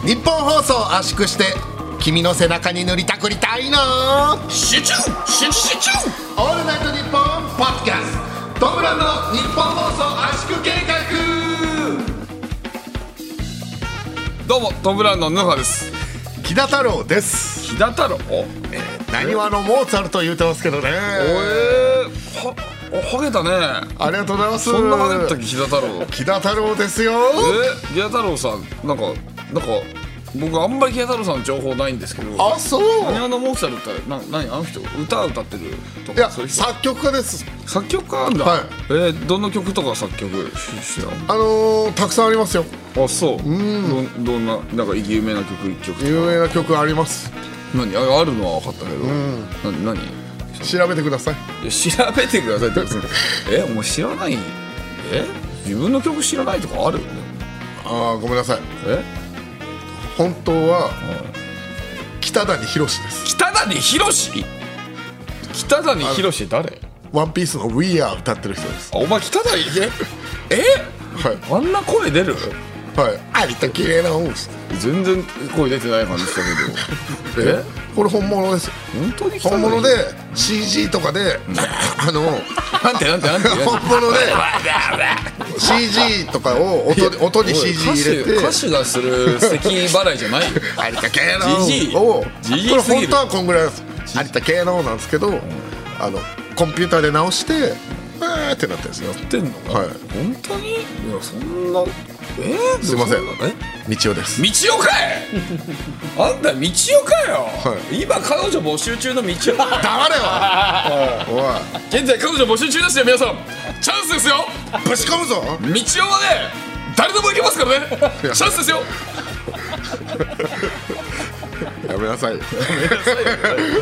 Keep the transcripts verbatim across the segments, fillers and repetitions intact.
日本放送圧縮して君の背中に塗りたくりたいな。 集中集中集中。 オールナイトニッポンポッドキャストトムランの日本放送圧縮計画。 どうもトムブラウンのヌハです。 木田太郎です。 木田太郎、 なにわのモーツァルト言うてますけどね。 おえー、はハゲたね。 ありがとうございます。 そんなハゲたっけ木田太郎。 木田太郎ですよ。 え木田太郎さん、なんかなんか僕あんまり木田太郎さんの情報ないんですけど。 あ、そう。 なにわのモーツァルトってな何あの人歌歌ってるとか。 いや、 そういう人作曲家です。 作曲家なんだ。 はい。 えー、どんな曲とか作曲してたの？ あのー、たくさんありますよ。 あ、そう。 うん。 ど, どんななんか有名な曲一曲とか。 有名な曲あります。 何 あ, あるのは分かったけど。うん。何何？ 調べてください。 いや調べてくださいってえお前知らない？え自分の曲知らないとかある？ ああ、ごめんなさい。 え本当は北谷宏です。 北谷宏？北谷宏って誰？ ワンピースの We Are 歌ってる人です。 あ、お前北谷ええ、はい、あんな声出る？ はい、ありと綺麗な音です。 全然声出てない感じしたけどえこれ本物です。 本当に本物で シージー とかであのなんてなんてなんて本物で シージー とかを 音, 音に シージー 入れて歌手がする咳払いじゃないありた系のジジイをこジジイれすぎる。 本当はこんぐらいです。ありた系のなんですけど、あのコンピューターで直してえーってなってるんですよ。 やってんのか、はい、本当に？いやそんなえー、 すいません。 えみちおです。 みちおかいあんたみちおかよ、はい、今彼女募集中のみちお。 黙れよおい。 現在彼女募集中ですよ皆さん。チャンスですよ。 ぶち込むぞ。 みちおはね誰でもいけますからね。チャンスですよ。 やめなさい。やめなさい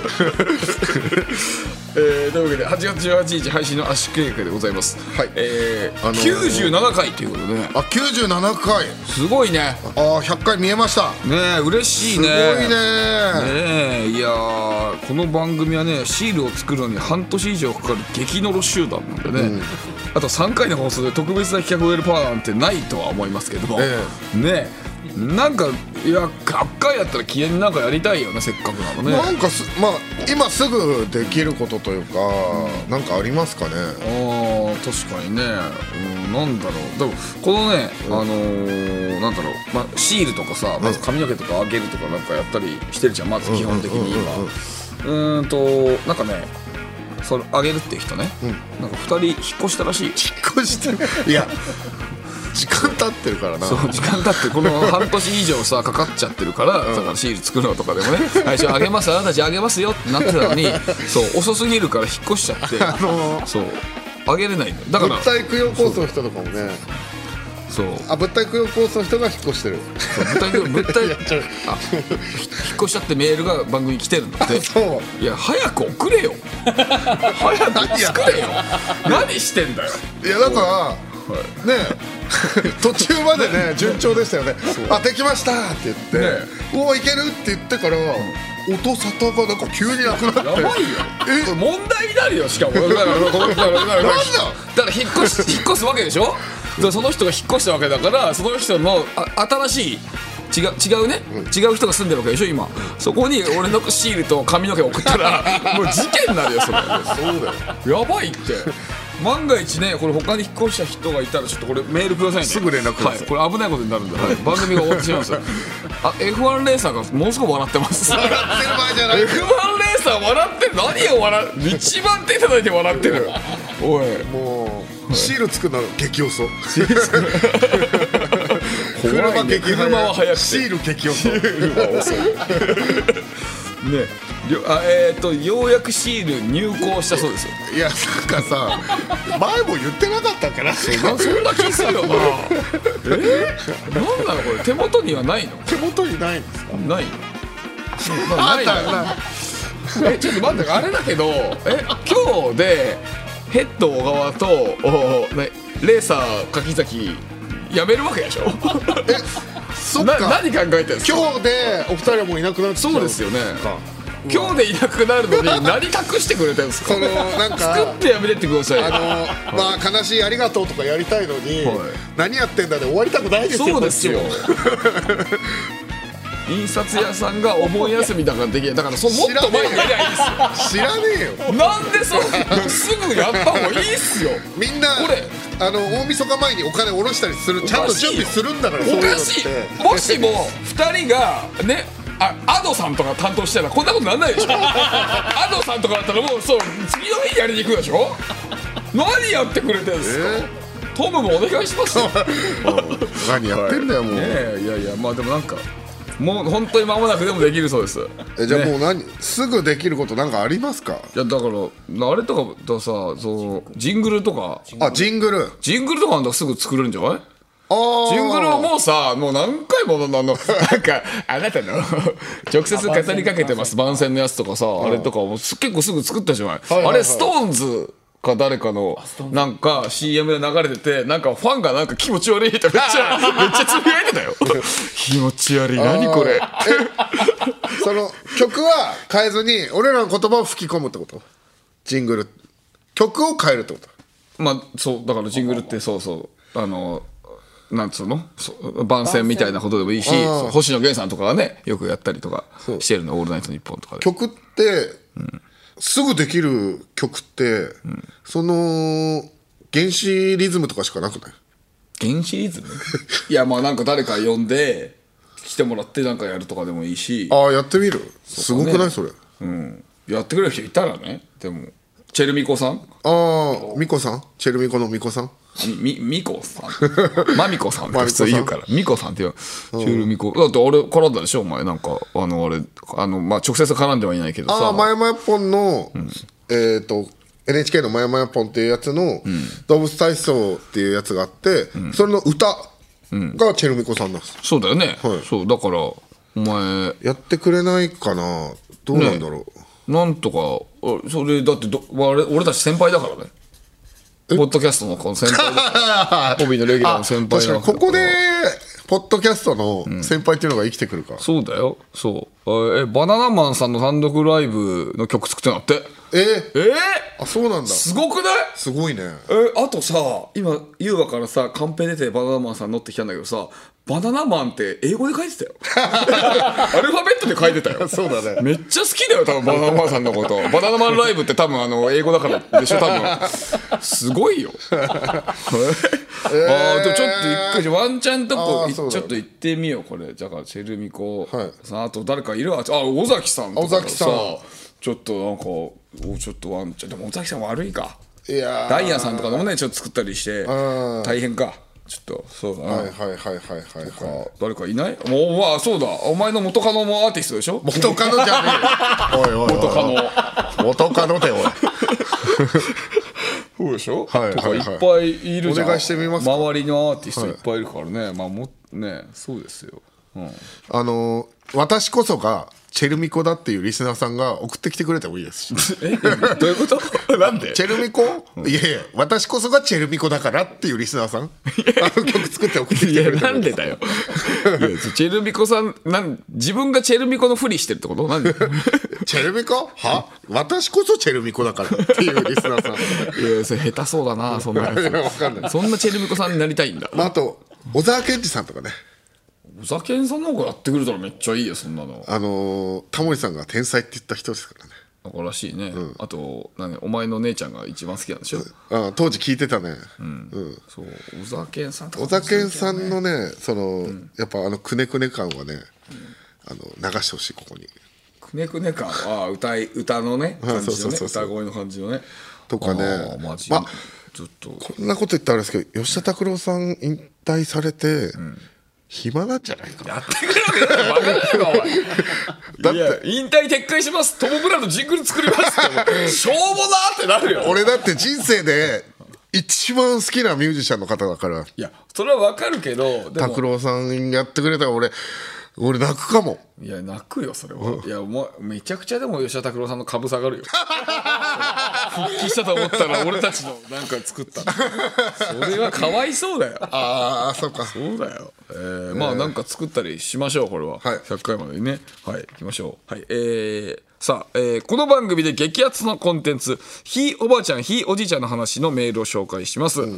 えー、というわけではちがつじゅうはちにち配信の圧縮計画でございます。はい。えーあのー、きゅうじゅうななかいということでね。 あ、きゅうじゅうななかい。 すごいね。 あ、ひゃっかい見えましたねえ、嬉しいね。 すごいね。 ねえ、いやーこの番組はねシールを作るのに半年以上かかる激ノロ集団なんでね、うん、あとさんかいの放送で特別な企画をやるパワーなんてないとは思いますけども、ええ、ねえなんかいやがっかりやったら記念なんかやりたいよね、せっかくなのね。 なんかす、まあ、今すぐできることというか、うん、なんかありますかね。 あ確かにね、うん、なんだろう。でもこのね、うん、あのー、なんだろう、まあ、シールとかさ、まず髪の毛とかあげるとかなんかやったりしてるじゃん、まず基本的に今。うーんとなんかねそれあげるっていう人ね、うん、なんかふたり引っ越したらしい。引っ越していや時間経ってるからな。 そう時間経ってこの半年以上さかかっちゃってるから、うん、だからシール作るのとかでもね最初あげますあなたたちあげますよってなってたのにそう遅すぎるから引っ越しちゃって、あのー、そうあげれないんだよ。だから物体供養コースの人とかもね。 そうあ物体供養コースの人が引っ越してる。 そう物体物体あ引っ越しちゃってメールが番組に来てるんだって。そういや早く送れよ早く作れよ何してんだよ。 いやだから、はい、ね途中までね順調でしたよね。あできましたって言って、ね、おいけるって言ってから、うん、音沙汰がなんか急になくなって。やばいよ。えこれ問題になるよ。しかもだからだから引っ越し引っ越すわけでしょ。その人が引っ越したわけだからその人のあ新しい違う、違うね、うん、違う人が住んでるわけでしょ今、うん、そこに俺のシールと髪の毛を送ったらもう事件になるよそれ。そうだよやばいって。万が一ねこれ他に引っ越した人がいたらちょっとこれメールくださいね。すぐ連絡ください、 はい、これ危ないことになるんで、はい、番組が終わってしまいますあ エフワン レーサーがものすごく笑ってます。 笑ってる場合じゃない。 エフワン レーサー笑ってる。何を笑う一番手叩いて笑ってるおいもうシール作るの激遅。 車激車は早くてシール激遅。シールは遅いねあえー、とようやくシール入稿したそうですよ。 いやなんかさ前も言ってなかったっけな。 そんな気するよなえなんなのこれ手元にはないの。 手元にないんですか。 ないの、まあ、ないのえちょっと待ってあれだけどえ今日でヘッド小川とお、ね、レーサー柿崎やめるわけでしょえそっかな何考えてるんですか。 今日でお二人はもういなくなっちゃう。 そうですよね。今日でいなくなるのに何託してくれてるんですか。そのなんか作ってやめてってください。 あのまあ悲しいありがとうとかやりたいのに、はい、何やってんだで終わりたくないですよ。 そうですよ印刷屋さんがお盆休みだからできない。だからそのもっと前にやりゃいいですよ知らねえよなんでそうすぐやった方がいいっすよみんなこれあの大晦日前にお金下ろしたりするちゃんと準備するんだから。 おかしいもしもふたりがねあアドさんとか担当したらこんなことなんないでしょアドさんとかだったらもうそう次の日にやりに行くでしょ何やってくれてるんですか、えー、トムもお願いしますよ何やってんだよもう、 はいね、いやいやまあでもなんかもう本当に間もなくでもできるそうです。 えじゃあもう何、ね、すぐできることなんかありますか。 いやだからあれとかとさそうジングルとかあジングルジングルとかなんだすぐ作れるんじゃない。ジングルはもうさもう何回もあのなんかあなたの直接語りかけてます番宣のやつとかさあれとかも結構すぐ作ったじゃない、はいはいはい、あれストーンズか誰かのなんか シーエム で流れててなんかファンがなんか気持ち悪いってめっちゃめっちゃつぶやいてたよ気持ち悪い何これその曲は変えずに俺らの言葉を吹き込むってこと。ジングル曲を変えるってこと。 まあそうだからジングルってそうそうあのなんつうの番宣みたいなことでもいいし星野源さんとかがねよくやったりとかしてるのオールナイトニッポンとかで曲って、うん、すぐできる曲って、うん、その原子リズムとかしかなくない。 原子リズムいやまあなんか誰か呼んで来てもらってなんかやるとかでもいいし。 ああやってみる。すごくないそれ、 うん、やってくれる人いたらね。でもチェルミコさんああミコさんチェルミコのミコさんみ、みこさんマミコさんって普通言うからミコさんって言うチュールミコだってあれ絡んだでしょお前なんかあのあれあのまあ直接絡んではいないけどさああまやまやぽんの、うん、えっ、ー、と エヌエイチケー のまやまやぽんっていうやつの、うん、動物体操っていうやつがあって、うん、それの歌がチェルミコさんなんです、うん、 そうだよね、はい、そうだからお前やってくれないかなどうなんだろう、ね、 なんとかそれだってど俺俺たち先輩だからねポッドキャストのこの先輩だ帯のレギュラーの先輩だからここでポッドキャストの先輩っていうのが生きてくるか、うん、 そうだよそうえバナナマンさんの単独ライブの曲作ってなってえー、 えー、 あそうなんだすごくないすごいねえあとさ今ユーバからさカンペ出てバナナマンさん乗ってきたんだけどさバナナマンって英語で書いてたよアルファベットで書いてたよそうだねめっちゃ好きだよ多分バナナマンさんのことバナナマンライブって多分あの英語だからでしょ多分すごいよえー、あーでもちょっと一回ワンチャンとこちょっと行ってみようこれじゃあチェルミコさん、はい、あと誰かいるわあ尾崎さんとかさ尾崎さんちょっとなんかおちょっとワンチャンでも尾崎さん悪いかいやダイアンさんとかでもねちょっと作ったりして大変かちょっとそうだなはいはいはいはいはい、はい、 誰かいないもうまあそうだお前の元カノもアーティストでしょ元カノじゃねえおいおいおい元カノ元カノでおいそうでしょ、 はい、 とかいっぱいいるじゃん、 お願いしてみますか周りのアーティストいっぱいいるからね、はい、まあもねそうですよ、うん、 あの私こそがチェルミコだっていうリスナーさんが送ってきてくれてもいいですしえどういうことなんでチェルミコ、うん、いやいや私こそがチェルミコだからっていうリスナーさんあの曲作って送ってきてくれてもいいです。いやなんでだよチェルミコさんなん自分がチェルミコのふりしてるってことなんでチェルミコは私こそチェルミコだからっていうリスナーさんいやそれ下手そうだなそんなやつわかんないそんなチェルミコさんになりたいんだ、 まあ、あと小沢健二さんとかね小沢健さんの方がやってくれたらめっちゃいいよそんなのあのー、タモリさんが天才って言った人ですからねだらしいね、うん、あと何お前の姉ちゃんが一番好きなんでしょあ当時聞いてたね、 うんうん、そう小沢健さんとか小沢健さんのねその、うん、やっぱあのくねくね感はね、うん、あの流してほしいここにくねくね感あ歌い歌のね感じのね歌声の感じのねとかねマジ、ま、ちょっとこんなこと言ったらあれですけど吉田拓郎さん引退されて、うん暇なんじゃないかやってくれるわけだよバカだよお前だって引退撤回しますトム・ブラウンのジングル作りますってしょうもなってなるよ俺だって人生で一番好きなミュージシャンの方だからいやそれはわかるけど拓郎さんやってくれたら俺俺泣くかもいや泣くよそれは、うん、いやもうめちゃくちゃでも吉田拓郎さんの株下がるよ復帰したと思ったら俺たちのなんか作ったそれはかわいそうだよああそうかそうだよ、えーえー、まあなんか作ったりしましょうこれは、はい、ひゃっかいまでにねはい行きましょうはいえーさあ、えー、この番組で激アツのコンテンツひいおばあちゃんひいおじいちゃんの話のメールを紹介します、うん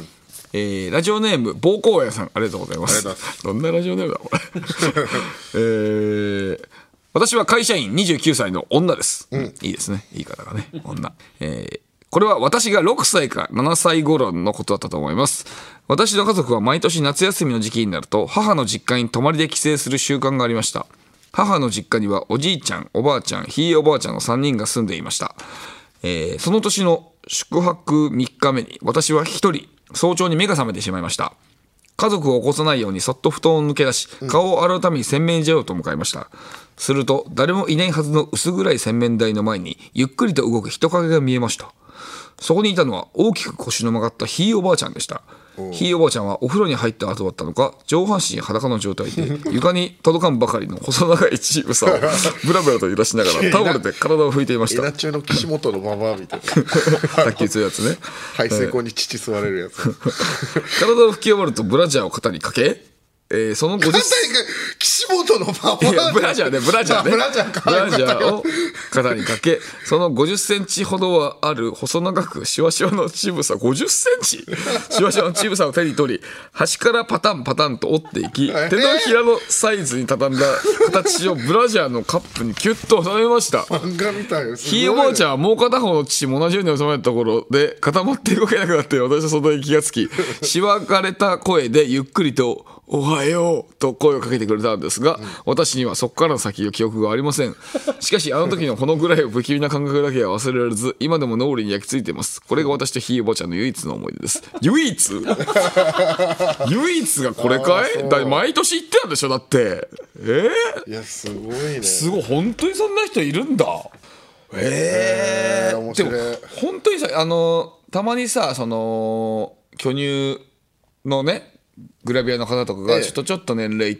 えー、ラジオネーム暴行屋さん、ありがとうございます。 ありがとうございます。 どんなラジオネームだこれ、えー、私は会社員にじゅうきゅうさいの女です、うん、いいですね、言い方がね、女、えーこれは私がろくさいかななさい頃のことだったと思います。私の家族は毎年夏休みの時期になると母の実家に泊まりで帰省する習慣がありました。母の実家にはおじいちゃん、おばあちゃん、ひいおばあちゃんのさんにんが住んでいました。えー、その年の宿泊みっかめに私は一人早朝に目が覚めてしまいました。家族を起こさないようにそっと布団を抜け出し、顔を洗うために洗面所へと向かいました。すると誰もいないはずの薄暗い洗面台の前にゆっくりと動く人影が見えました。そこにいたのは大きく腰の曲がったひいおばあちゃんでした。ひいおばあちゃんはお風呂に入った後だったのか上半身裸の状態で床に届かんばかりの細長い乳房をブラブラと揺らしながらタオルで体を拭いていました。 稲中の岸本のババアみたいな卓球するやつね。 排水口に乳吸われるやつ体を拭き終わるとブラジャーを肩にかけ、えー、そのごじゅっ岸本のババアいやブラジャーねブラジャーねブラジャーかブラジャーを肩にかけ、そのごじゅっセンチほどはある細長くシワシワの乳房ごじゅっセンチシワシワの乳房を手に取り端からパタンパタンと折っていき、手のひらのサイズに畳んだ形をブラジャーのカップにキュッと収めました。 漫画みたいです。 ひいおばあちゃんはもう片方の乳も同じように収めたところで固まって動けなくなって、私はそのに気がつきしわがれた声でゆっくりとおはようと声をかけてくれたんですが、うん、私にはそこからの先の記憶がありません。しかしあの時のこのぐらい不気味な感覚だけは忘れられず、今でも脳裏に焼き付いています。これが私とひいおばあちゃんの唯一の思い出です。唯一唯一がこれかい？だ毎年言ってたんでしょだって。えー、 いやすごいね。 すごい、本当にそんな人いるんだ。えー、えー、面白い。でも本当にさ、あのたまにさ、その巨乳のねグラビアの方とかがちょっとちょっと年齢いって、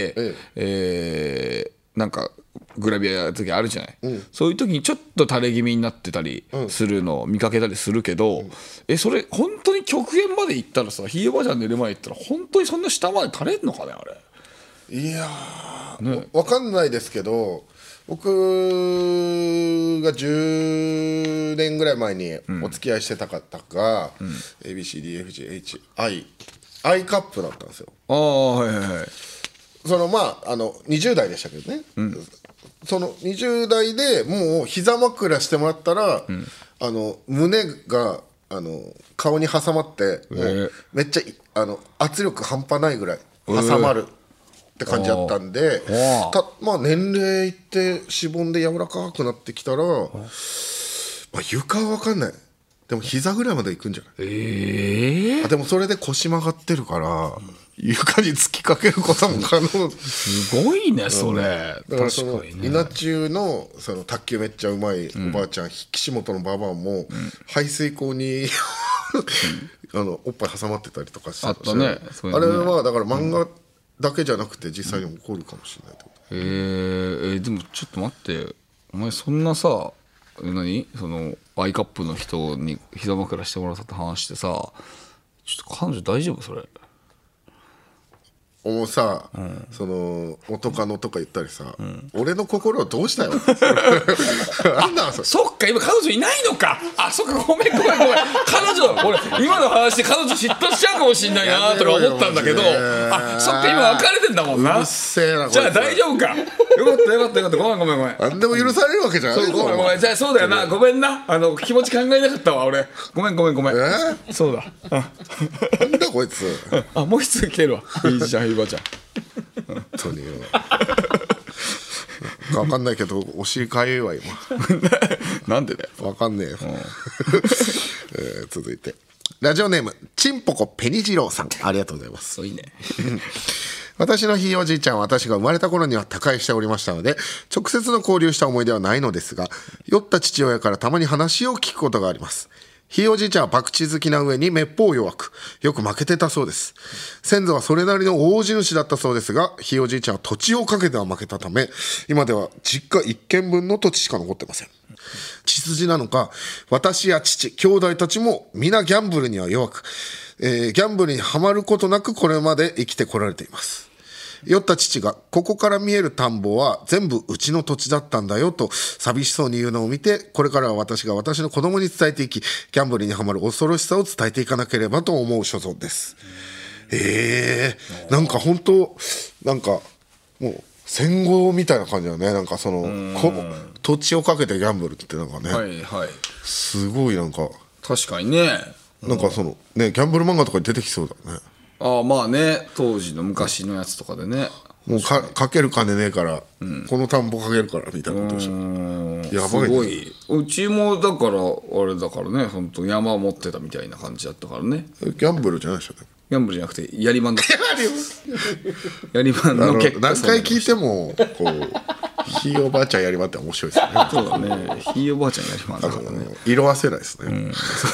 えええー、なんかグラビアやる時あるじゃない、うん、そういう時にちょっと垂れ気味になってたりするのを見かけたりするけど、うん、えそれ本当に極限まで行ったらさ、ひいおばあちゃん寝る前行ったら本当にそんな下まで垂れんのかねあれ。 いやー、ね、分かんないですけど、僕がじゅうねんぐらい前にお付き合いしてた方が、うん、エービーシーディーエフジーエイチアイアイカップだったんですよ。 ああはいはいはい。 そのまああのにじゅう代でしたけどね、うん、そのにじゅう代でもう膝枕してもらったら、うん、あの胸があの顔に挟まって、えー、もうめっちゃあの圧力半端ないぐらい挟まるって感じだったんで、えー、たまあ、年齢いってしぼんで柔らかくなってきたら、まあ、床は分かんない。でも膝ぐらいまで行くんじゃない？えー、あでもそれで腰曲がってるから、うん、床に突きかけることも可能。 すごいねそれ。 だからその稲中のその卓球めっちゃうまいおばあちゃん、うん、岸本のばばあも、うん、排水口にあのおっぱい挟まってたりとかして、 あったね。 そういうのね。あれはだから漫画だけじゃなくて実際に起こるかもしれないってこと。 うん、えー、えー、でもちょっと待って、お前そんなさ何そのアイカップの人に膝枕してもらったって話してさ、ちょっと彼女大丈夫それ？ もうさ、うん、その元カノとか言ったりさ、うん、俺の心をどうしたよあんなそそっか今彼女いないのか。あそっかごめんごめんごめん彼女俺今の話で彼女嫉妬しちゃうかもしんないなとか思ったんだけど、あそっか今別れてんだもんな。うっせえな。じゃあ大丈夫か。よかったよかったよかった。ごめんごめんごめん。 何でも許されるわけじゃない。 ごめんごめん。じゃあそうだよな、ごめんな、あの気持ち考えなかったわ俺。ごめんごめんごめん、えー、そうだ。 なんだこいつ。 あもう一つ来てるわ。いいじゃんひいばちゃん。 本当に分かんないけどお尻かゆいわ今なんでだよ分かんねえよ、えー、続いてラジオネームちんぽこペニジローさん、ありがとうございます。 いいね私のひいおじいちゃんは私が生まれた頃には他界しておりましたので直接の交流した思い出はないのですが、酔った父親からたまに話を聞くことがあります。ひいおじいちゃんは博打好きな上にめっぽう弱くよく負けてたそうです。先祖はそれなりの大地主だったそうですが、ひいおじいちゃんは土地をかけては負けたため今では実家一軒分の土地しか残ってません。血筋なのか私や父兄弟たちも皆ギャンブルには弱く、えー、ギャンブルにはまることなくこれまで生きてこられています。 酔った父がここから見える田んぼは全部うちの土地だったんだよと寂しそうに言うのを見て、これからは私が私の子供に伝えていき、ギャンブルにはまる恐ろしさを伝えていかなければと思う所存です。えー、なんか本当なんかもう戦後みたいな感じだね。なんかそのこ土地をかけてギャンブルってなんかね、 はいはい、 すごいなんか確かにね、 なんかそのねギャンブル漫画とかに出てきそうだね。 ああまあね、当時の昔のやつとかでね、 もう か, かける金ねえから、うん、この田んぼかけるからみたいなことでしょ。やばい、ね、 すごい。うちもだからあれだからね、本当山を持ってたみたいな感じだったからね。 ギャンブルじゃないでしょ。 ギャンブルじゃなくてやりまんだったやりまんの結果何回聞いてもこうひいおばあちゃんやりまんって面白いですね。 そうだね、ひいおばあちゃんやりまんだからね、 色あせないですね、うん、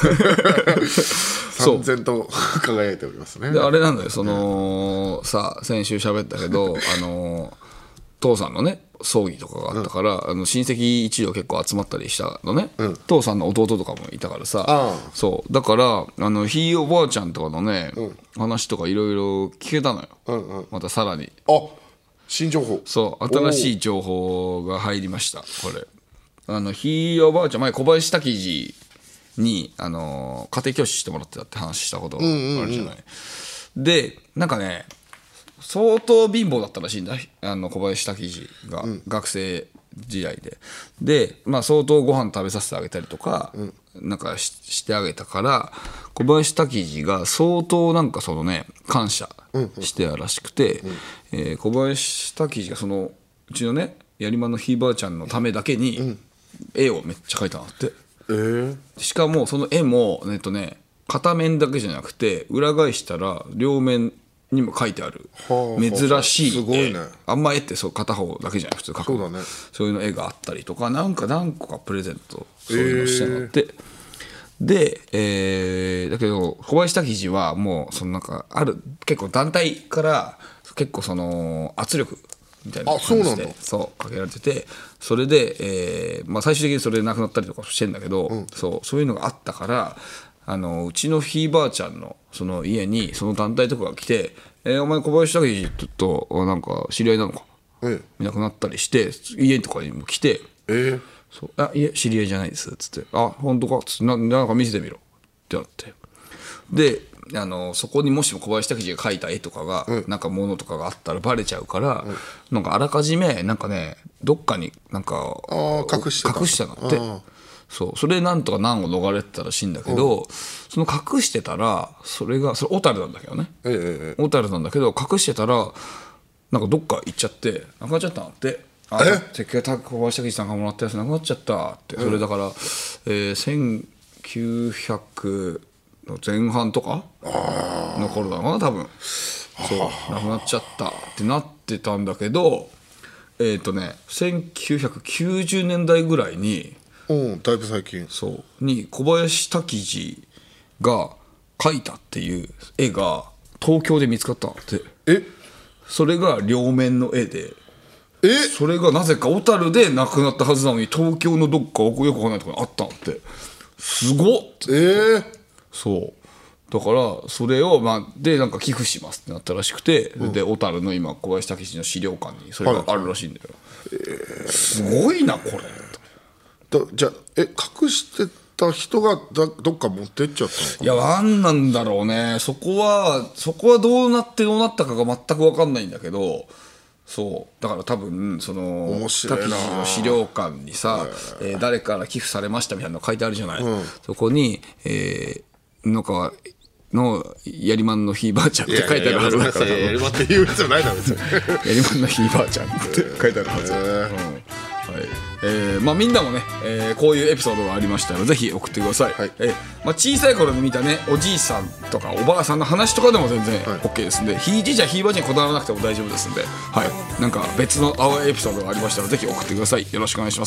そう燦然と輝いておりますね。 であれなんだよ、その、うん、さあ先週喋ったけどあの父さんのね葬儀とかがあったから、うん、あの親戚一同結構集まったりしたのね、うん、父さんの弟とかもいたからさ、あそうだからあのひいおばあちゃんとかのね、うん、話とかいろいろ聞けたのよ、うんうん、またさらにあ新情報、 そう新しい情報が入りました。これあのひいおばあちゃん前小林滝次にあの家庭教師してもらってたって話したことあるじゃない、うんうんうん、でなんかね相当貧乏だったらしいんだ、あの小林滝次が、うん、学生時代でで、まあ、相当ご飯食べさせてあげたりとか、うん、なんか し, してあげたから小林滝次が相当なんかそのね感謝してたらしくて、うんうんえー、小林滝次がそのうちのねやりまんのひいばあちゃんのためだけに絵をめっちゃ描いたんだって、えー、しかもその絵も、えっとね、片面だけじゃなくて裏返したら両面にも書いてある珍しい、 すごいね、 あんま絵ってそう片方だけじゃない普通描く、 そうだね、 そういうの絵があったりとかなんか何個かプレゼントそういうのしてなって、えー、で、えー、だけど小林滝次はもうそのなんかある結構団体から結構その圧力みたいな感じでそうかけられてて、それで、えーまあ、最終的にそれで亡くなったりとかしてんだけど、うん、そうそういうのがあったからあのうちのひいばあちゃんのその家にその団体とかが来て「えー、お前小林滝次となんか知り合いなのか?」ええ、いなくなったりして家とかにも来て「えー、そうあいえ知り合いじゃないです」っつって「あ本当か?」っつってな「なんか見せてみろ」ってなってであのそこにもしも小林滝次が描いた絵とかが、うん、なんか物とかがあったらバレちゃうから、うん、なんかあらかじめなんかねどっかになんかあ隠してた隠してたのって。そうそれなんとか難を逃れてたらしいんだけど、うん、その隠してたらそれがそれ小樽なんだけどね、ええ、小樽なんだけど隠してたらなんかどっか行っちゃってなくなっちゃったんだって。あせっかく小林滝次さんがもらったやつなくなっちゃったって、うん、それだから、えー、せんきゅうひゃくの前半とかの頃だな多分。そうなくなっちゃったってなってたんだけどえっとねせんきゅうひゃくきゅうじゅうねんだいぐらいにうん、だいぶ最近そうに小林滝次が描いたっていう絵が東京で見つかったんだって。えそれが両面の絵でえそれがなぜか小樽で亡くなったはずなのに東京のどっかよくわかんないところにあったんだって。すごっえー、そうだからそれを、まあ、でなんか寄付しますってなったらしくて、うん、で小樽の今小林滝次の資料館にそれがあるらしいんだよ、はいえー、すごいなこれだじゃあえ隠してた人がだどっか持ってっちゃったのかな。 いや何なんだろうねそこはそこはどうなってどうなったかが全く分かんないんだけどそうだから多分その滝次の資料館にさ、えー、誰から寄付されましたみたいなの書いてあるじゃない、うん、そこに、えー、なんかのやりまんのひいばあちゃんって書いてあるはずだからやりまんって言う必要ないだろ別にやりまんのひいばあちゃんって書いてあるはずだ、えーうんはいえーまあ、みんなもね、えー、こういうエピソードがありましたらぜひ送ってください、はいえーまあ、小さい頃に見たねおじいさんとかおばあさんの話とかでも全然 OK ですんで、はい、ひいじいちゃんひいばあちゃんにこだわらなくても大丈夫ですんで、はい、なんか別の青いエピソードがありましたらぜひ送ってください。よろしくお願いします。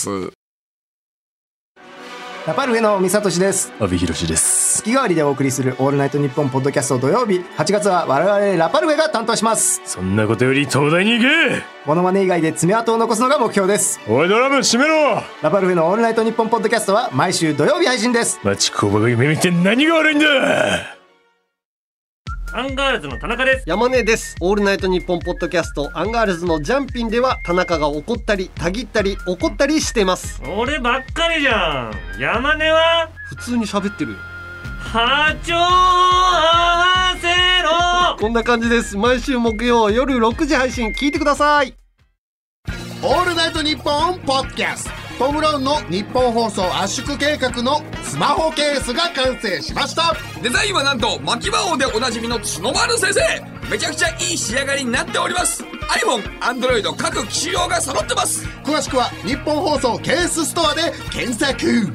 ラパルフェのみさとしです。 阿部寛です。 月替わりでお送りするオールナイトニッポンポッドキャスト土曜日はちがつは我々ラパルフェが担当します。 そんなことより東大に行け。 モノマネ以外で爪痕を残すのが目標です。 おいドラム閉めろ。 ラパルフェのオールナイトニッポンポッドキャストは毎週土曜日配信です。 町工場が夢見て何が悪いんだ。 アンガールズの田中です。 山根です。オールナイトニッポンポッドキャストアンガールズのジャンピンでは田中が怒ったりたぎったり怒ったりしてます。 俺ばっかりじゃん。山根は普通に喋ってるよ。 波長合わせろ。 こんな感じです。毎週木曜夜ろくじ配信聞いてください。 オールナイトニッポンポッドキャスト、トム・ブラウンの日本放送圧縮計画のスマホケースが完成しました。 デザインはなんと牧場王でおなじみの角丸先生。めちゃくちゃいい仕上がりになっております。 iPhone、Android 各機種用が揃ってます。 詳しくは日本放送ケースストアで検索。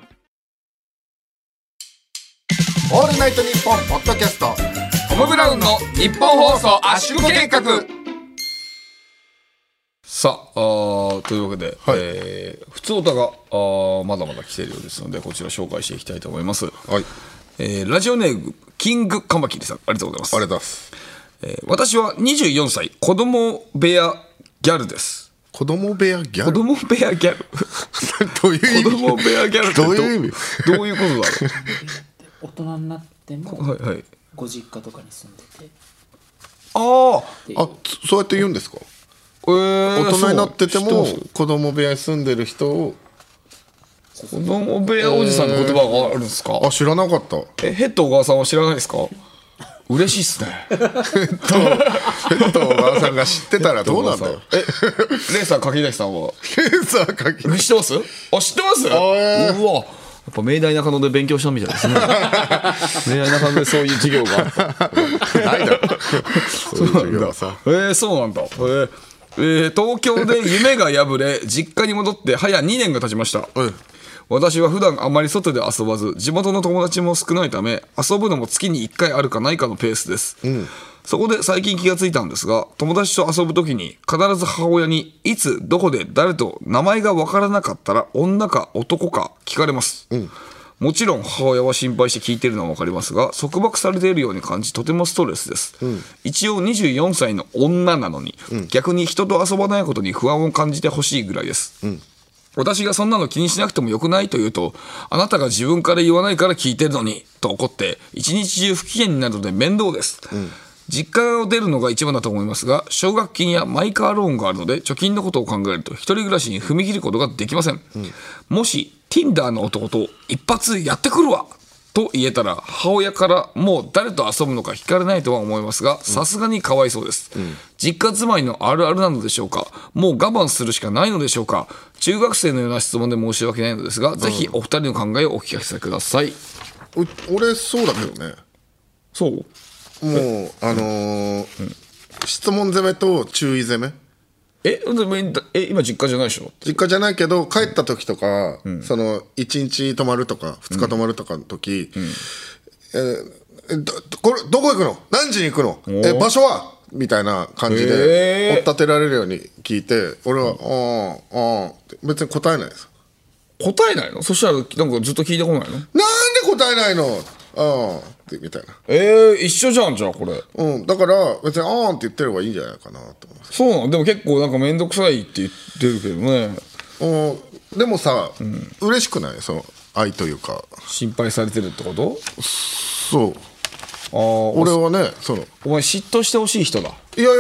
オールナイトニッポンポッドキャスト、 トム・ブラウンの日本放送圧縮計画。さあ、あというわけで、はい、えー、普通歌があまだまだ来ているようですので、こちら紹介していきたいと思います。はい、えー、ラジオネームキングカマキリさん、ありがとうございます。 ありがとうございます。 えー、私はにじゅうよんさい、子供部屋ギャルです。 子供部屋ギャル、 子供部屋ギャルどういう意味？ 子供部屋ギャルってどういう意味？ どういうことだろう。 大人になっても、 はいはい、 ご実家とかに住んでて、 ああ、そうやって言うんですか？えー、大人になってても子供部屋に住んでる人を子供部屋おじさんの言葉があるんですか？ あ、知らなかった。 え、ヘッド小川さんは知らないですか？嬉しいっすね。ヘッド小川さんが知ってたらどうなんだよ。 え、レーサー柿崎さんはレーサー柿崎知ってます？あ、知ってます？ えー、 うわ、やっぱ明大中野で勉強したみたいですね。明大中野でそういう授業があった。 ないだろ。そういう授業はさ。 えー、そうなんだ。えーえー、東京で夢が破れ実家に戻って早にねんが経ちました。うん、私は普段あまり外で遊ばず、地元の友達も少ないため遊ぶのも月にいっかいあるかないかのペースです。うん、そこで最近気がついたんですが、友達と遊ぶ時に必ず母親にいつどこで誰と名前が分からなかったら女か男か聞かれます。うん、もちろん母親は心配して聞いているのは分かりますが、束縛されているように感じとてもストレスです。うん、一応にじゅうよんさいの女なのに、うん、逆に人と遊ばないことに不安を感じてほしいぐらいです。うん、私がそんなの気にしなくてもよくないと言うと、あなたが自分から言わないから聞いてるのにと怒って一日中不機嫌になるので面倒です。うん、実家を出るのが一番だと思いますが、奨学金やマイカーローンがあるので貯金のことを考えると一人暮らしに踏み切ることができません。うん、もし Tinder の男と一発やってくるわと言えたら、母親からもう誰と遊ぶのか聞かれないとは思いますが、さすがにかわいそうです。うん、実家住まいのあるあるなのでしょうか？もう我慢するしかないのでしょうか？中学生のような質問で申し訳ないのですが、うん、ぜひお二人の考えをお聞かせください。 俺そうだけどね。 そう？ もうあのーうん、質問攻めと注意攻め。 ええ今実家じゃないでしょ？ 実家じゃないけど帰った時とか、うん、そのいちにち泊まるとかふつか泊まるとかの時、うん、えー、ど, これどこ行くの？何時に行くの？え場所は？みたいな感じで追っ立てられるように聞いて、俺は、うん、ああって別に答えないです。 答えないの？そしたらなんかずっと聞いてこないの？なんで答えないの？ああってみたいな。 えー、一緒じゃんじゃあこれ。 うん、だから別にあーんって言ってればいいんじゃないかなと思います。 そうなの？でも結構なんか面倒くさいって言ってるけどね。 うん、でもさ、うん、嬉しくない？その愛というか心配されてるってこと？ そう。あ、俺はね、そのお前嫉妬してほしい人だ。 いやいや、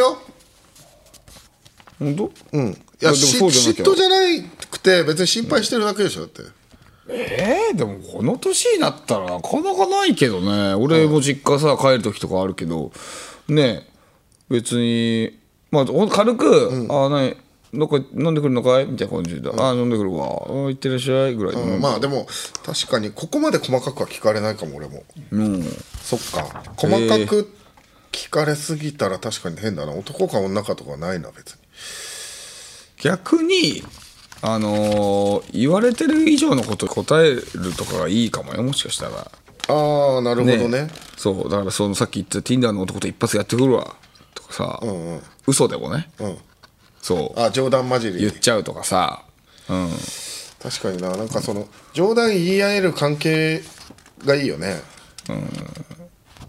本当？ うん。いや、嫉妬じゃなくて別に心配してるだけでしょ。だってえー、でもこの年になったらなかなかないけどね。俺も実家さ帰る時とかあるけどね、別にまあ軽く、うん、あ何どっか飲んでくるのかいみたいな感じで、うん、あ飲んでくるわ、あ行ってらっしゃいぐらいで、 うん、まあでも確かにここまで細かくは聞かれないかも俺も、うん、そっか細かく聞かれすぎたら確かに変だな。男か女かとかないな別に。 逆にあのー、言われてる以上のこと答えるとかがいいかもよ、もしかしたら。 ああなるほど ね, ねそうだからそのさっき言った Tinder の男と一発やってくるわとかさ、うんうん、嘘でもね、うん、そうあ冗談交じり言っちゃうとかさ、うん、 確かにな。なんかその冗談言い合える関係がいいよね、 うん、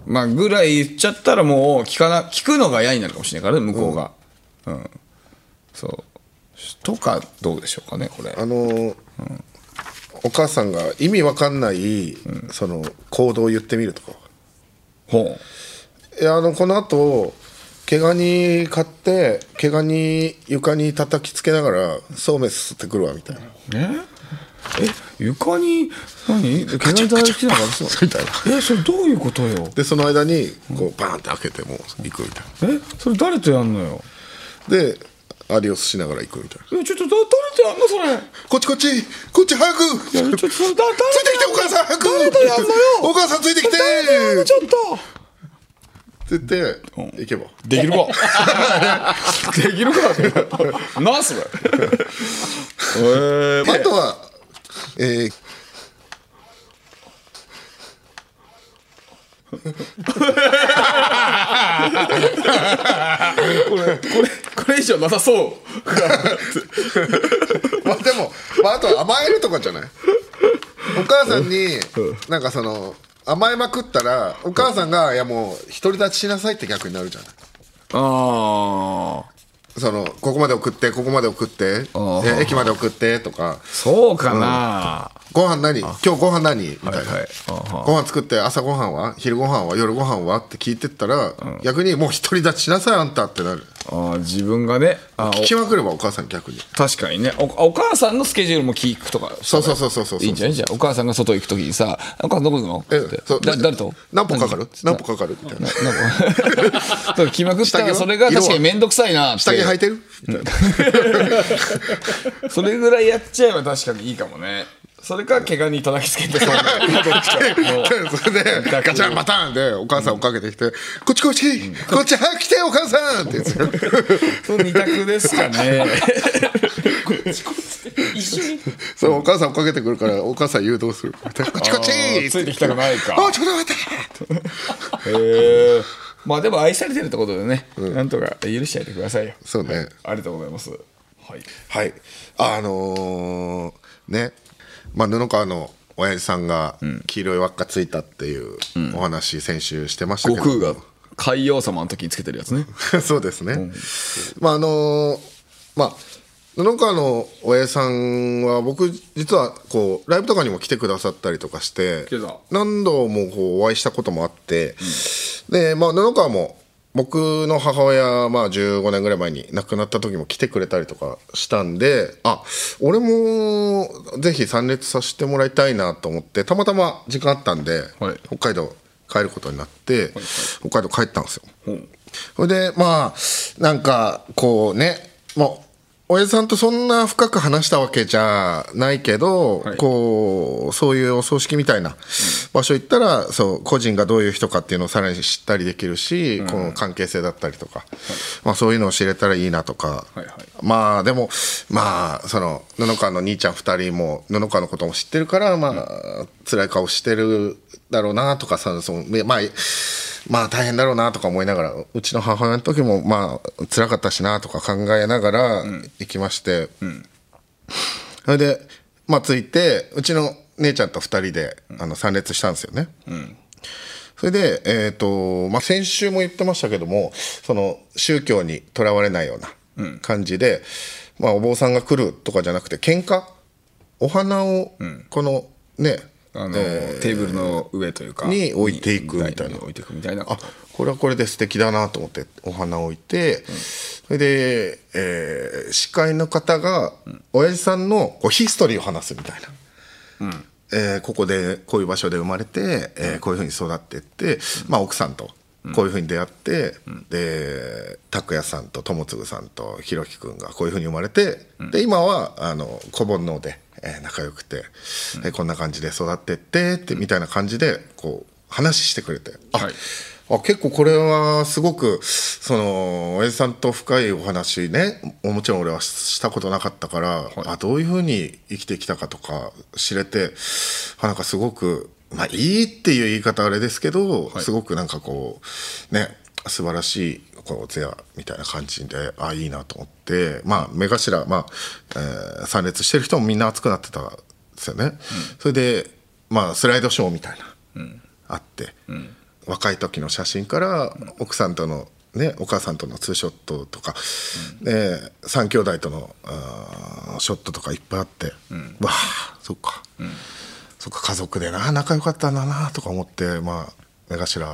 まあぐらい言っちゃったらもう聞かな聞くのが嫌になるかもしれないからね向こうが、うんうん、そうとかどうでしょうかねこれ。 あのーうん、お母さんが意味わかんない、うん、その行動を言ってみるとか。 ほう。 いやあのこの後毛ガニ買って毛ガニ床に叩きつけながらそうめんすすってくるわみたいな。 ええ床に何毛ガニ叩きながらそうみたいな。えそれどういうことよ。 でその間にこうバーンって開けてもう行くみたいな。 えそれ誰とやんのよ。 でアディオスしながら行くみたいな。 えちょっとだ誰とやんのそれ。 こっちこっちこっち早くいやちょっとそれだ誰ついてきてお母さん早く誰とやんのよ。 お母さんついてきてちょっとって言って行けばできるかできるかなんそれえー、 あとはえーこれこれこれ以上なさそうまあでも、まあ、あとは甘えるとかじゃない。お母さんになんかその甘えまくったらお母さんがいやもう独り立ちしなさいって逆になるじゃない。 ああそのここまで送ってここまで送ってえ駅まで送ってとか。 そうかな、 ご飯何今日ご飯何みたいな、 はいはいご飯作って朝ご飯は昼ご飯は夜ご飯はって聞いてったら、逆にもう独り立ちしなさいあんたってなる。 ああ自分がねあ聞きまくればお母さん逆に。 確かにね お, お母さんのスケジュールも聞くとかそうそうそうそうそういいんじゃないじゃん。お母さんが外行くときにさ「お母さんどこ行くの?」 えってそうだ誰と何歩かかる何歩かかるみたいな。 なんか聞きまくったらそれが確かに面倒くさいなって下着履いてるみたいな。 それぐらいやっちゃえば確かにいいかもね。それか怪我に叩きつけてそうなどっちかもうそれでガチャンバタンでお母さん追っかけてきて「こっちこっちこっち早く来てお母さん」って言ってその二択ですかね。 一緒にそうお母さん追っかけてくるからお母さん誘導する。こっちこっちあーついてきたくないか。 あちょっと待ってへえ。まあでも愛されてるってことでね、なんとか許しちゃいてくださいよ。 そうね。 ありがとうございます。はいはいあのーねまあ布川の親父さんが黄色い輪っかついたっていうお話先週してましたけど、 悟空が海王様の時につけてるやつね。 そうですね、まああのーまあ布川の親父さんは僕実はこうライブとかにも来てくださったりとかして来てた何度もこうお会いしたこともあって、うん、でまあ布川も僕の母親、まあ、じゅうごねんぐらい前に亡くなった時も来てくれたりとかしたんで、あ俺もぜひ参列させてもらいたいなと思ってたまたま時間あったんで、はい、北海道帰ることになって、はいはい、北海道帰ったんですよ、うん、それでまあなんかこうねもう親父さんとそんな深く話したわけじゃないけど、はい、こうそういうお葬式みたいな場所行ったら、うん、そう個人がどういう人かっていうのをさらに知ったりできるし、うん、この関係性だったりとか、はいまあ、そういうのを知れたらいいなとか、はいはい、まあでもまあその布川の兄ちゃんふたりも布川のことも知ってるからまあ、うん、辛い顔してるだろうなとかさそのまあまあ大変だろうなとか思いながらうちの母親の時もまあ辛かったしなとか考えながら行きまして、うんうん、それでまあ着いてうちの姉ちゃんとふたりであの参列したんですよね、うん、それで、えーとまあ、先週も言ってましたけどもその宗教にとらわれないような感じで、うんまあ、お坊さんが来るとかじゃなくて献花お花をこのね、 あのえー、テーブルの上というかに置いていくみたいな置いていくみたいなあこれはこれで素敵だなと思ってお花を置いて、うん、それで、えー、司会の方が、うん、親父さんのこうヒストリーを話すみたいな、うんえー、ここでこういう場所で生まれて、えー、こういうふうに育っていって、うんまあ、奥さんとこういうふうに出会って、うん、で拓也さんと友次さんとひろきくんがこういうふうに生まれて、うん、で今はあの子煩悩でえー、仲良くて、うんえー、こんな感じで育ってってってみたいな感じでこう話してくれて、あ、はい、あ結構これはすごくその親父さんと深いお話ねもちろん俺はしたことなかったから、はい、あどういうふうに生きてきたかとか知れてあなんかすごくまあいいっていう言い方あれですけど、はい、すごくなんかこうね素晴らしいこうゼアみたいな感じであいいなと思ってまあ目頭、まあえー、参列してる人もみんな熱くなってたんですよね、うん、それでまあスライドショーみたいな、うん、あって、うん、若い時の写真から奥さんとのねお母さんとのツーショットとか、うんね、さん兄弟とのあショットとかいっぱいあって、うん、わあそっか、うん、そっか家族でな仲良かったんだなとか思ってまあ目頭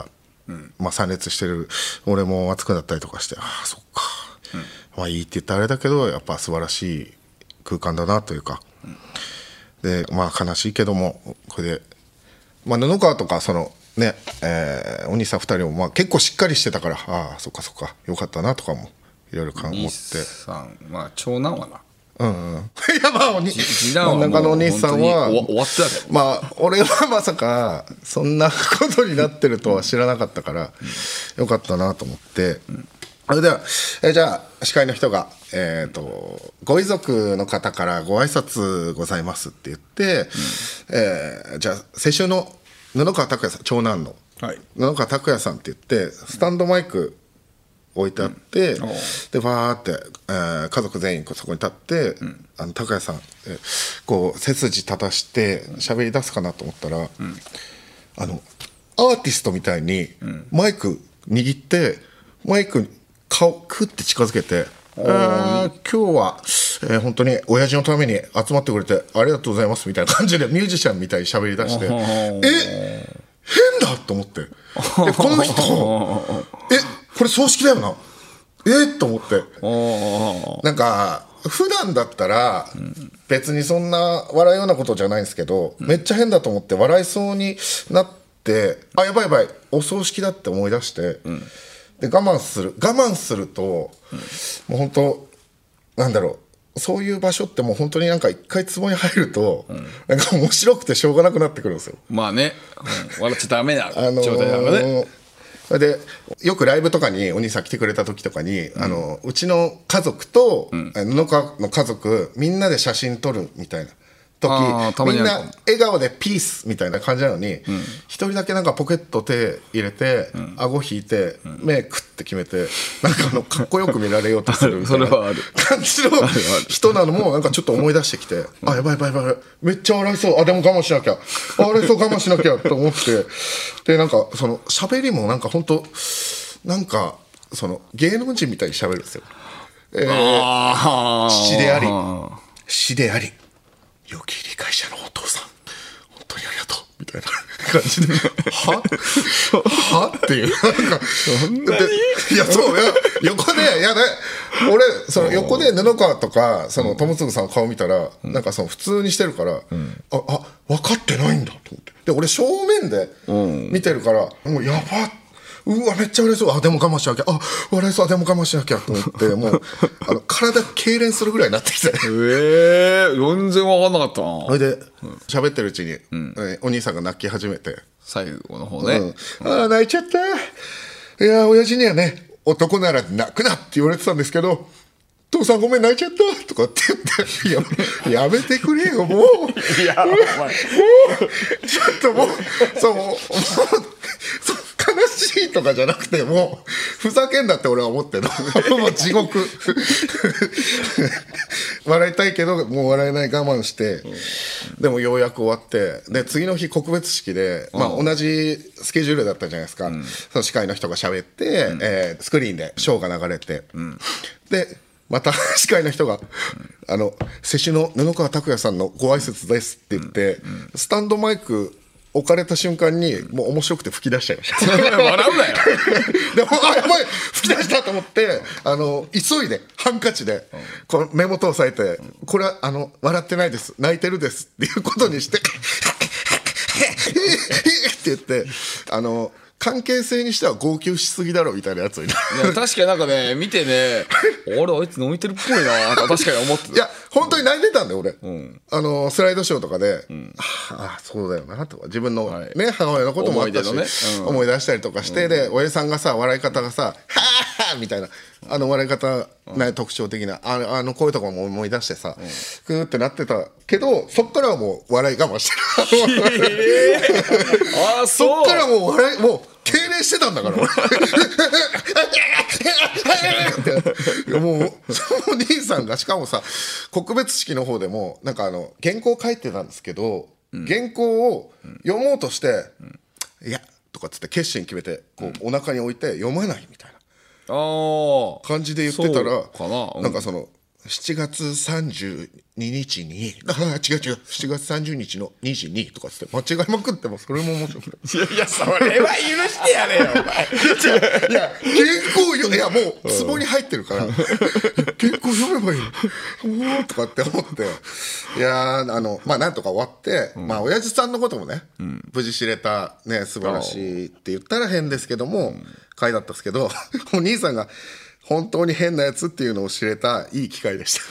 まあ、参列してる俺も熱くなったりとかして、ああそっか、うん、まあいいって言ったらあれだけどやっぱ素晴らしい空間だなというか、うん、でまあ悲しいけどもこれで、まあ、布川とかそのね、えー、お兄さんふたりもまあ結構しっかりしてたから、ああそっかそっかよかったなとかもいろいろ思って。お兄さんまあ長男はなうんうん、いやまあおに次男は中野お兄さんは終わってたけど、 まあ俺はまさかそんなことになってるとは知らなかったから、うん、よかったなと思って、うん、それではえじゃあ司会の人が、えー、とご遺族の方からご挨拶ございますって言って、うんえー、じゃあ先週の布川拓也さん長男の、はい、布川拓也さんって言ってスタンドマイク置いてあって、うん、でバーって、えー、家族全員そこに立って、うん、あの高谷さん、えー、こう背筋立たして喋り出すかなと思ったら、うん、あのアーティストみたいにマイク握ってマイクに顔クッて近づけて、えー、今日は、えー、本当に親父のために集まってくれてありがとうございますみたいな感じでミュージシャンみたいに喋り出してえ変だと思ってえこの人えこれ葬式だよなえっと思ってなんか普段だったら別にそんな笑うようなことじゃないんですけど、うん、めっちゃ変だと思って笑いそうになってあやばいやばいお葬式だって思い出して、うん、で我慢する我慢すると、うん、もう本当なんだろうそういう場所ってもう本当になんか一回壺に入ると、うん、なんか面白くてしょうがなくなってくるんですよ。まあね、うん、笑っちゃダメな状態だからね。 それでよくライブとかにお兄さん来てくれた時とかに、うん、あのうちの家族と、うん、布川の家族みんなで写真撮るみたいな時みんな笑顔でピースみたいな感じなのに一、うん、人だけなんかポケット手入れて、うん、顎引いて、うん、目クッて決めてなんかあのかっこよく見られようとするみたいな感じの人なのもなんかちょっと思い出してきてあやばいやばいやばいめっちゃ笑いそうあでも我慢しなきゃ笑いそう我慢しなきゃと思ってでなんかその喋りもなんか本当なんかその芸能人みたいに喋るんですよ、えー、父であり師であり良き理解者のお父さん本当にありがとうみたいな感じでははっていうなんかそんなにいやそういや横でいやね俺その横で布川とかその友次さんの顔見たら、うん、なんかその普通にしてるから、うん、ああ分かってないんだと思ってで俺正面で見てるから、うん、もうやばっうわめっちゃ笑いそうあでも我慢しなきゃあ笑いそうあでも我慢しなきゃと思ってもうあの体痙攣するぐらいになってきてえー、全然分かんなかったなそれで喋、うん、ってるうちに、うんえー、お兄さんが泣き始めて最後の方ね、 うん、あ泣いちゃったいや親父にはね男なら泣くなって言われてたんですけど父さんごめん泣いちゃったとかって言ってや, やめてくれよもういやお前もうちょっともうそうもう悲しいとかじゃなくてもうふざけんなって俺は思ってるもう地獄笑いたいけどもう笑えない我慢して、うん、でもようやく終わってで次の日告別式で、まあ、同じスケジュールだったじゃないですか、うん、その司会の人が喋って、うんえー、スクリーンでショーが流れて、うん、でまた司会の人が、うん、あの世襲の布川拓也さんのご挨拶ですって言って、うんうん、スタンドマイク置かれた瞬間にもう面白くて吹き出しちゃいました笑うなよでもあやばい吹き出したと思ってあの急いでハンカチでこの目元を押さえてこれはあの笑ってないです泣いてるですっていうことにしてって言ってあの関係性にしては号泣しすぎだろみたいなやつになるいや確かになんかね見てね俺あいつ飲いてるっぽいなと確かに思ってたいや本当に泣いてたんだよ俺、うん、あのスライドショーとかで、うん、ああそうだよなとか自分の、ねはい、母親のこともあったし思い、ねうん、思い出したりとかして、うん、で親さんがさ笑い方がさはーみたいなあの笑い方、ね、特徴的なあの、あのこういうとこも思い出してさ、うん、クーってなってたけどそっからはもう笑い我慢してる、えー、あそっからもう笑いもう敬礼してたんだから俺もうその兄さんがしかもさ告別式の方でもなんかあの原稿書いてたんですけど、うん、原稿を読もうとして、うん、いやとかっつって決心決めてこう、うん、お腹に置いて読まないみたいな感じで言ってたらかな、うん、 なんかそのしちがつさんじゅうににちにあ違う違うしちがつさんじゅうにちのにじにとかつって間違いまくってもそれも面白くていやいやそれは許してやれよお前いや原稿よいやもうツボに入ってるから原稿読めばいいのおーとかって思っていやあのまあなんとか終わって、うん、まあ親父さんのこともね、うん、無事知れたね素晴らしいって言ったら変ですけども、うん、回だったんですけどお兄さんが本当に変なやつっていうのを知れたいい機会でした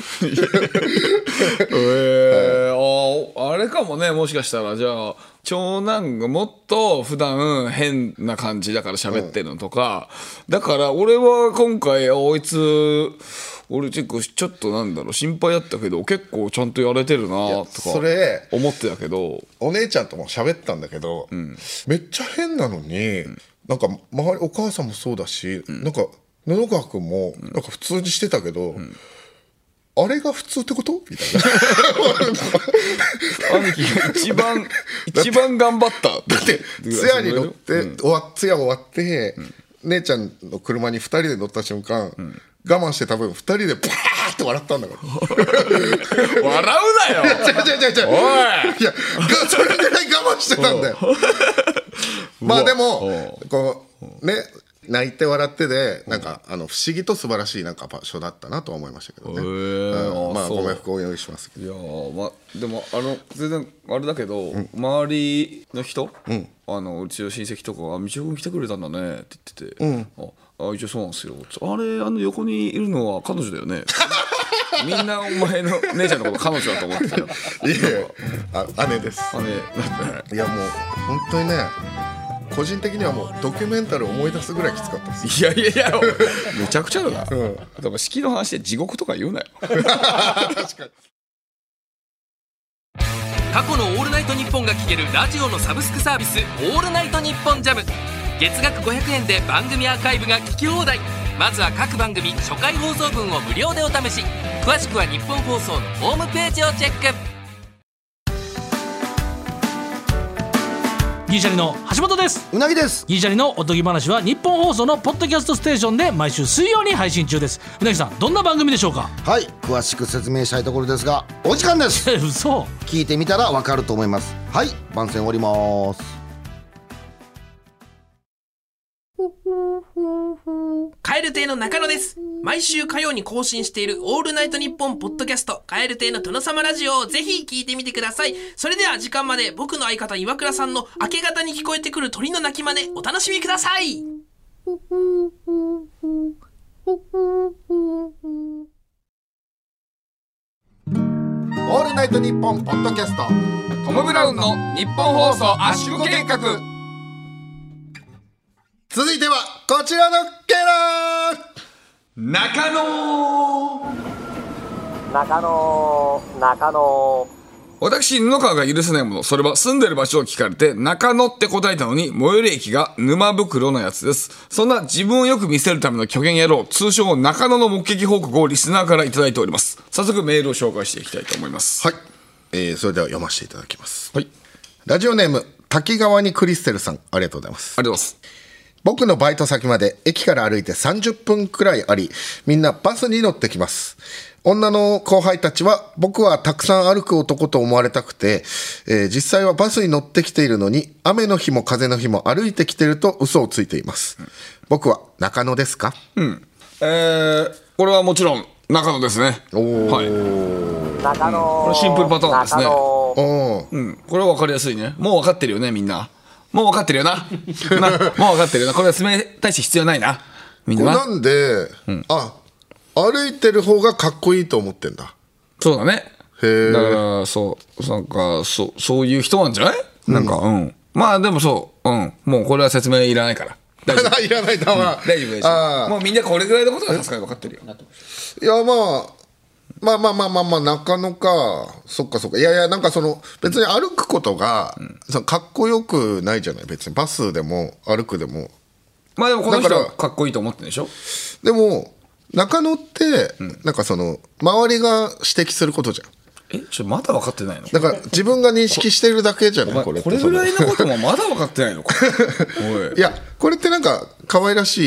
えー、あ, あれかもねもしかしたらじゃあ長男がもっと普段変な感じだから喋ってるのとか、うん、だから俺は今回あいつ俺結構ちょっとなんだろう心配だったけど結構ちゃんとやれてるなとかそれ思ってたけどお姉ちゃんとも喋ったんだけど、うん、めっちゃ変なのに、うん、なんか周りお母さんもそうだし、うん、なんか布川君もなんか普通にしてたけど、うん、あれが普通ってことみたいな兄貴が一番一番頑張っただって通夜に乗って、うん、終わ通夜終わって、うん、姉ちゃんの車にふたりで乗った瞬間、うん、我慢して多分ふたりでバーって笑ったんだから笑うなよ違う違う違う違うおいいやそれぐらい我慢してたんだよまあでもこうね泣いて笑ってでなんかあの不思議と素晴らしいなんか場所だったなとは思いましたけどね、うん、まあご冥福をお祈りしますけどいやまあでもあの全然あれだけど、うん、周りの人、うん、あのうちの親戚とかが「道夫君来てくれたんだね」って言ってて「うん、ああ一応そうなんですよ」あれあの横にいるのは彼女だよねみんなお前の姉ちゃんのこと彼女だと思ってたよいやいやあ姉です姉だっていやもう本当にね個人的にはもうドキュメンタル思い出すぐらいきつかったです。 いやいやいやめちゃくちゃだな、うん、だから式の話で地獄とか言うなよ確かに過去のオールナイトニッポンが聴けるラジオのサブスクサービスオールナイトニッポンジャム月額ごひゃくえんで番組アーカイブが聞き放題まずは各番組初回放送分を無料でお試し詳しくは日本放送のホームページをチェックギリシャリの橋本です。 うなぎです。 ギリシャリのおとぎ話は日本放送のポッドキャストステーションで毎週水曜に配信中です。うなぎさんどんな番組でしょうか。 はい、詳しく説明したいところですがお時間です嘘聞いてみたらわかると思います。はい、番宣終わります。 蛙亭の中野です。毎週火曜に更新しているオールナイトニッポンポッドキャスト蛙亭の殿様ラジオをぜひ聞いてみてください。それでは時間まで僕の相方岩倉さんの明け方に聞こえてくる鳥の鳴き真似お楽しみください。 オールナイトニッポンポッドキャストトム・ブラウンの日本放送圧縮計画。 続いてはこちらのゲラー中野中野中野私布川が許せないものそれは住んでる場所を聞かれて中野って答えたのに最寄り駅が沼袋のやつです。そんな自分をよく見せるための虚言野郎通称中野の目撃報告をリスナーからいただいております。早速メールを紹介していきたいと思います。 はい、えー、それでは読ませていただきます。 はい、 ラジオネーム滝川にクリステルさんありがとうございます。 ありがとうございます。 僕のバイト先まで駅から歩いてさんじゅっぷんくらいありみんなバスに乗ってきます。女の後輩たちは僕はたくさん歩く男と思われたくて、えー、実際はバスに乗ってきているのに雨の日も風の日も歩いてきていると嘘をついています、うん、僕は中野ですか。 うん、えー、これはもちろん中野ですね。 おー、 はい、中野、これシンプルパターンですね。お、うん、これは分かりやすいね。もう分かってるよねみんな。もう分かってるよななもう分かってるよな。これは説明対して必要ないなみんなな。 なんで、うん、あ歩いてる方がかっこいいと思ってんだ。 そうだね。 へー。 だからそうなんかそそういう人なんじゃない、うん、なんかうんまあでもそううんもうこれは説明いらないから大丈夫いらないだわ、 うん、大丈夫大丈夫。もうみんなこれぐらいのことがさすがに分かってるよ。 いやまあまあまあまあまあまあ中野か。そっかそっか。いやいやなんかその別に歩くことが、うん、そのかっこよくないじゃない。別にバスでも歩くでも。 まあでもこの人はかっこいいと思ってるでしょ。 でも中野って、うん、なんかその周りが指摘することじゃん。 えちょっとまだ分かってないの。 だから自分が認識してるだけじゃない。これこれぐらいのこともまだ分かってないのかおい。 いやこれってなんか可愛らしい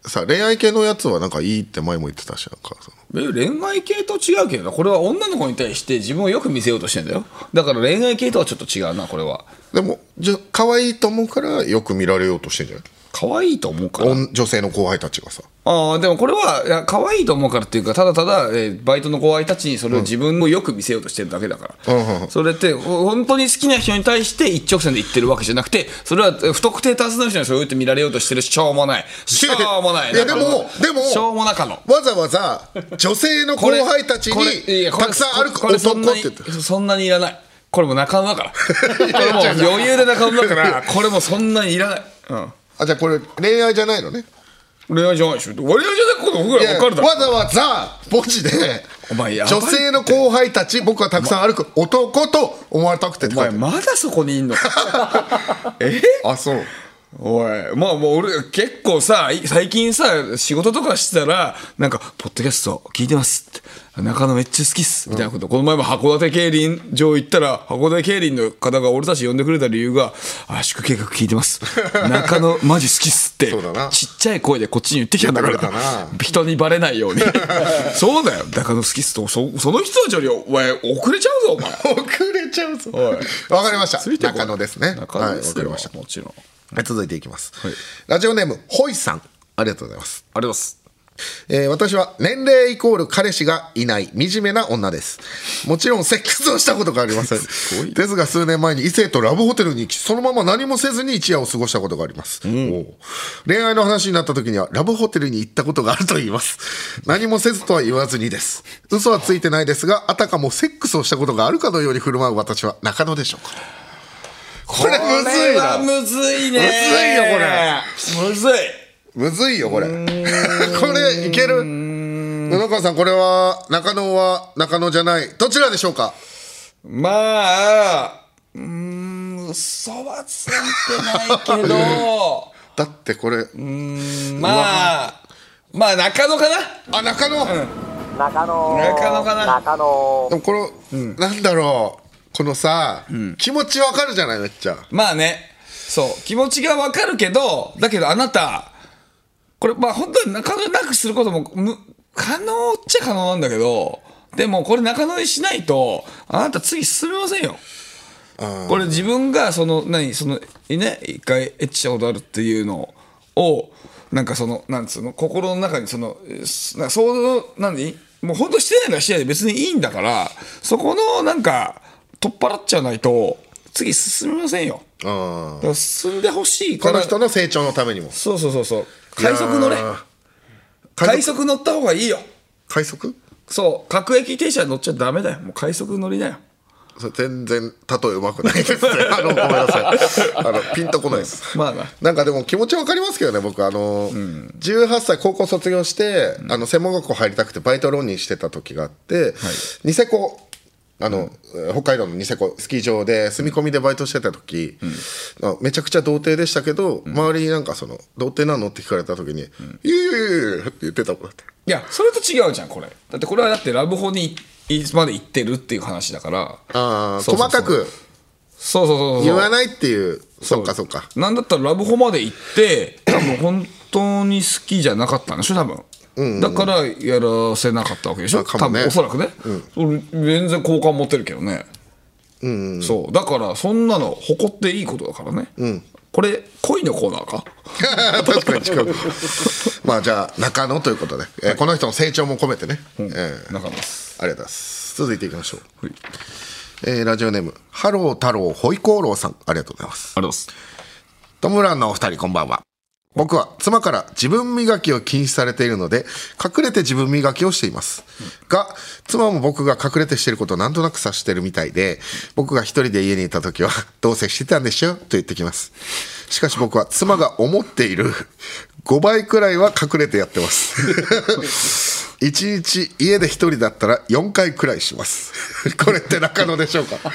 さ恋愛系のやつはなんかいいって前も言ってたし、なんかその恋愛系と違うけどな、これは女の子に対して自分をよく見せようとしてんだよ。だから恋愛系とはちょっと違うな、これは。 でもじゃ可愛いと思うからよく見られようとしてんじゃない？ 可愛いと思うから女性の後輩たちがさ。 ああ、でもこれはいや可愛いと思うからっていうか、ただただ、えー、バイトの後輩たちにそれを自分をよく見せようとしてるだけだから、うん、それって本当に好きな人に対して一直線で言ってるわけじゃなくて、それは不特定多数の人にそうやって見られようとしてるしょうもないしょうもない。 いやでもでもしょうもなかのわざわざ女性の後輩たちにたくさん歩く男って言ってそんなにいらない。これも中野だからこれも余裕で中野だからこれもそんなにいらない、うん、 あ、じゃあこれ恋愛じゃないのね。 恋愛じゃないでしょ。恋愛じゃないこと僕ら分かるだろ。 わざわざ墓地でお前女性の後輩たち僕はたくさん歩く男と思われたくてってお前まだそこにいんのえあ、そう。 おい、まあもう俺結構さ最近さ仕事とかしてたらなんかポッドキャスト聞いてますって中野めっちゃ好きっすみたいなこと、うん、この前も函館競輪場行ったら函館競輪の方が俺たち呼んでくれた理由が圧縮計画聞いてます中野マジ好きっすってちっちゃい声でこっちに言ってきたんだから人にバレないようにそうだよ中野好きっすと そ, その人たちよりお前遅れちゃうぞお前遅れちゃうぞわかりました。中野ですね。 中野ですよ、 はい、わかりました。 もちろん。 続いていきます、はい、 ラジオネームホイさん、ありがとうございます。 ありがとうございます。 えー、私は年齢イコール彼氏がいない惨めな女です。もちろんセックスをしたことがありませんですが数年前に異性とラブホテルに行きそのまま何もせずに一夜を過ごしたことがあります、うん、恋愛の話になった時にはラブホテルに行ったことがあると言います。何もせずとは言わずにです。嘘はついてないですがあたかもセックスをしたことがあるかのように振る舞う私は中野でしょうか。これむずいな。 むずいね。 むずいよこれ。むずい。 むずいよこれ。これいける？布川さん、これは中野は中野じゃない。どちらでしょうか？ まあ、うーん、嘘はついてないけど。 だってこれ。うーん、まあ、まあ中野かな。 あ、中野。うん、 中野。 中野かな。 中野。 でもこれ、うん、なんだろう。このさ、うん、気持ちわかるじゃないめっちゃ。 まあね、そう気持ちがわかるけど、だけどあなたこれまあ本当に中野なくすることもむ可能っちゃ可能なんだけど、でもこれ中野にしないとあなた次進めませんよ。これ自分がその何そのね一回エッチしたことあるっていうのをなんかそのなんつうの心の中にそのなそう何もう本当してないのはしてないで別にいいんだから、そこのなんか取っ払っちゃわないと次進みませんよ。あだ進んでほしいから、 この人の成長のためにも。 そうそうそうそう、快速乗れ。快速乗った方がいいよ。 快速？ そう各駅停車乗っちゃダメだよ。もう快速乗りなよ。 それ全然例えうまくないですねあのごめんなさいあのピンとこないです、 まあな、 なんかでも気持ちわかりますけどね。僕あの、うん、じゅうはっさい高校卒業して、うん、あの専門学校入りたくてバイト浪人してた時があって、はい、ニセコあの、うん、北海道のニセコスキー場で住み込みでバイトしてた時、うん、めちゃくちゃ童貞でしたけど、うん、周りになんかその童貞なのって聞かれた時に、うん、いやいやいやいやって言ってたもんだって。 いやそれと違うじゃんこれ。だってこれはだってラブホにまで行ってるっていう話だから、 あ細かくそうそうそう言わないっていう。そっかそっか。 なんだったらラブホまで行って多分本当に好きじゃなかったんでしょ多分。うんうん、だからやらせなかったわけでしょ、ね、多分おそらくね、うん、全然好感持ってるけどね、うんうん、そうだからそんなの誇っていいことだからね、うん、これ恋のコーナーか確かに近くまあじゃあ中野ということで、えー、この人の成長も込めてね、うん、えー、 中野です。 ありがとうございます。続いていきましょう、はい。えー、ラジオネームハロー太郎ホイコーローさん、ありがとうございます。 ありがとうございます。 トムランのお二人こんばんは。僕は妻から自分磨きを禁止されているので隠れて自分磨きをしています、うん、が妻も僕が隠れてしていることをなんとなく察しているみたいで、僕が一人で家にいた時はどうせしてたんでしょと言ってきます。しかし僕は妻が思っているごばいくらいは隠れてやってますいちにち家で一人だったらよんかいくらいしますこれって中野でしょうかい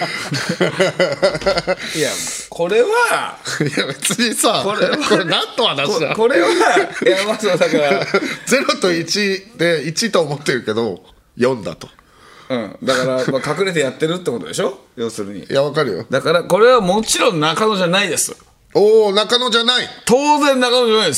やこれはいや別にさこれはこれ何と話だこれはいやまずはだからゼロといちでいちと思ってるけどよんだと、 うん、だからまあ隠れてやってるってことでしょ要するに。 いやわかるよ。 だからこれはもちろん中野じゃないです。 おお中野じゃない。 当然中野じゃないですよ。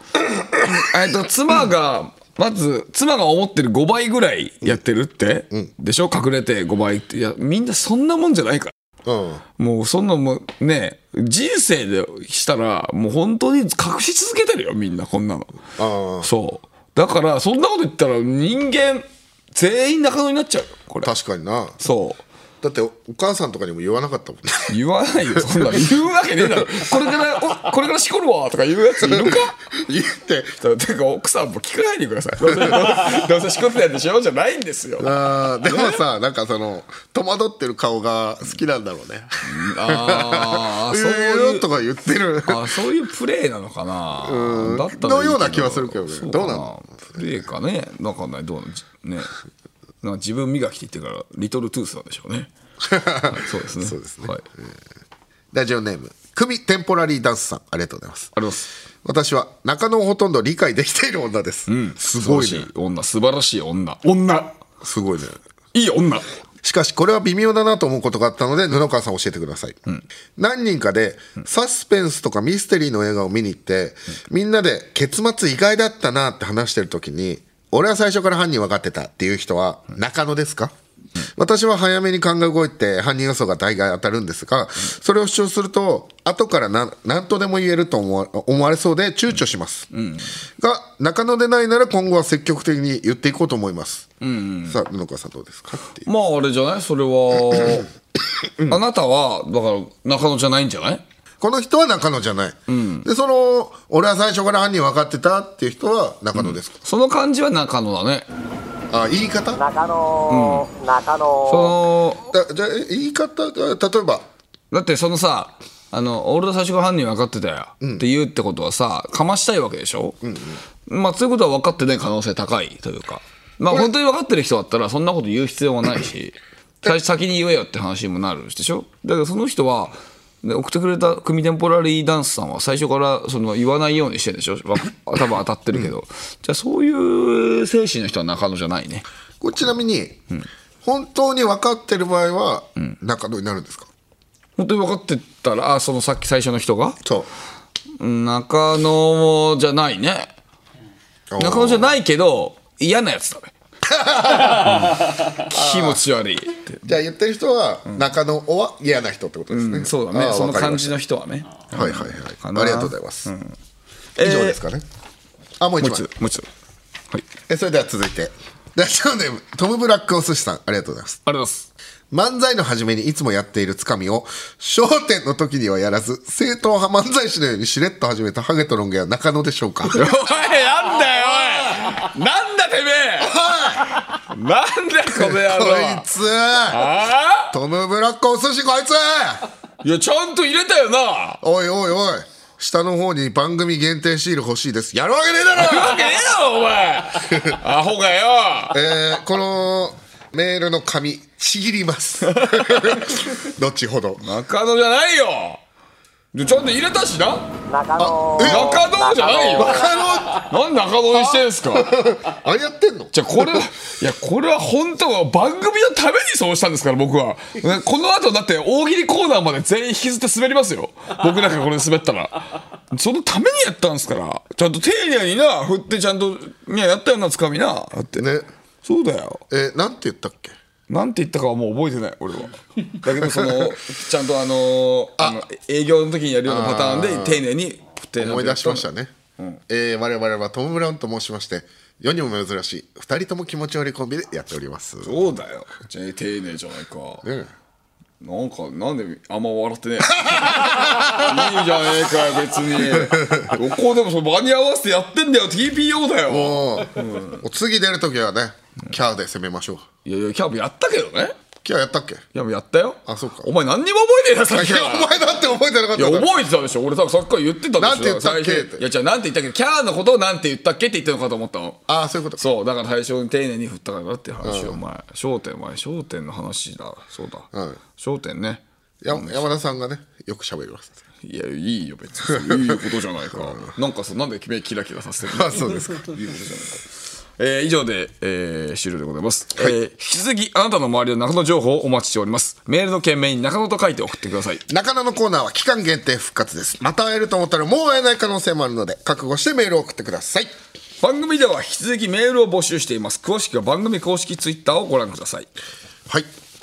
えっと妻がまず妻が思ってるごばいぐらいやってるって、うん、でしょ隠れてごばいって。いやみんなそんなもんじゃないから、うん、もうそんなもうね人生でしたらもう本当に隠し続けてるよみんなこんなの。あそうだからそんなこと言ったら人間全員中野になっちゃうよこれ。 確かにな。 そうだってお母さんとかにも言わなかったもんね。 言わないよそんな言うわけねえだろ。これからおこれからしこるわとか言うやついるか言っててか奥さんも聞かないでください。どうせどうせしこってやんでしょじゃないんですよ。 あでもさなんかその戸惑ってる顔が好きなんだろうね。 ああそういうとか言ってる。 あそういうプレーなのかな。 うんだったのような気はするけどね。どうなのプレーかね。わかんないどうなのね。なんか自分磨きって言ってからリトルトゥースなんでしょうね。そうですね。 そうですね。 はい、 ラジオネームクミテンポラリーダンスさんありがとうございます。 ありがとうございます。 私は中野をほとんど理解できている女です。 うん、すごいね。女素晴らしい女女すごいね。 いい女。 しかしこれは微妙だなと思うことがあったので布川さん教えてください、うん、何人かでサスペンスとかミステリーの映画を見に行って、うん、みんなで結末意外だったなって話してる時に俺は最初から犯人分かってたっていう人は中野ですか？うん、私は早めに考え動いて犯人予想が大概当たるんですが、うん、それを主張すると後から何とでも言えると思わ、思われそうで躊躇します、うん、が中野でないなら今後は積極的に言っていこうと思います、うんうん、さあ布川さんどうですかっていう。 まああれじゃないそれは、うん、あなたはだから中野じゃないんじゃない？ この人は中野じゃない、うん、でその俺は最初から犯人分かってたっていう人は中野ですか？ うん、その感じは中野だね。 あ言い方中野、うん、中野そのだじゃあ言い方が例えばだってそのさあの俺は最初から犯人分かってたよ、うん、って言うってことはさかましたいわけでしょ、うんうん、まあそういうことは分かってない可能性高いというかまあ本当に分かってる人だったらそんなこと言う必要はないし先に言えよって話にもなるでしょ。だけどその人はで送ってくれたクミテンポラリーダンスさんは最初からその言わないようにしてるでしょ。多分当たってるけど、うん、じゃあそういう精神の人は中野じゃないね。 これちなみに、うん、本当に分かってる場合は中野になるんですか？ 本当に分かってたらあそのさっき最初の人がそう中野じゃないね。中野じゃないけど嫌なやつだね。気持ち悪いって。 じゃあ言ってる人は中野は嫌な人ってことですね、 うん、そうだね。その感じの人はね。 はいはいはい、ありがとうございます、うん、以上ですかね、えー、あもう一枚もう一度、はい、 えそれでは続いてラジオネームトムブラックお寿司さんありがとうございます。 ありがとうございます。 漫才の初めにいつもやっているつかみを笑点の時にはやらず正統派漫才師のようにしれっと始めたハゲとロン毛は中野でしょうか？おいなんだよおいなんだてめえなんだこの野郎こいつトムブラックお寿司こいついやちゃんと入れたよな。 おいおいおい下の方に番組限定シール欲しいです。やるわけねえだろやるわけねえだろお前アホがよ。 えー、このメールの紙ちぎります後ほど。 中野じゃないよ。ちゃんと入れたしな。 中野中野じゃないよ。 中野なんで中野にしてんすかあれやってんの。 じゃあこれはいやこれは本当は番組のためにそうしたんですから僕は。この後だって大喜利コーナーまで全員引きずって滑りますよ僕なんかこれ滑ったら。そのためにやったんですからちゃんと丁寧にな振ってちゃんといややったよなつかみなだってね。 そうだよ。 えー、なんて言ったっけ。 なんて言ったかはもう覚えてない俺は。だけどそのちゃんとあのー、あの営業の時にやるようなパターンで丁寧に振って思い出しましたね、うんえー、我々はトム・ブラウンと申しまして世にも珍しいふたりとも気持ち悪いコンビでやっております。 そうだよ丁寧じゃないか、ね、なんかなんであんま笑ってねえいいじゃねえかよ別にどこでもその場に合わせてやってんだよ ティーピーオー だよ。 もう、うん、次出るときはねキャーで攻めましょう。 いやいやキャーもやったけどね。 キャーやったっけ。いやもうやったよ。 あそうか。 お前何にも覚えてないさっきから。 お前だって覚えてなかった。 いや覚えてたでしょ俺多分さっきから言ってたでしょ。 なんて言ったっけって。 いやじゃあなんて言ったっけキャーのことをなんて言ったっけって言ってるのかと思ったの。 ああそういうこと。 そうだから最初に丁寧に振ったからっていう話をお前笑点お前笑点の話だそうだ。笑点ね。 山田さんがねよく喋ります。 いやいいよ別にいいことじゃないかなんかさなんで君キラキラさせてるの。 あそうですかいいことじゃないか。 えー、以上で、えー、終了でございます、はい。えー、引き続きあなたの周りの中野情報をお待ちしております。メールの件名に中野と書いて送ってください。 中野のコーナーは期間限定復活です。また会えると思ったらもう会えない可能性もあるので覚悟してメールを送ってください。 番組では引き続きメールを募集しています。詳しくは番組公式ツイッターをご覧ください。 はい。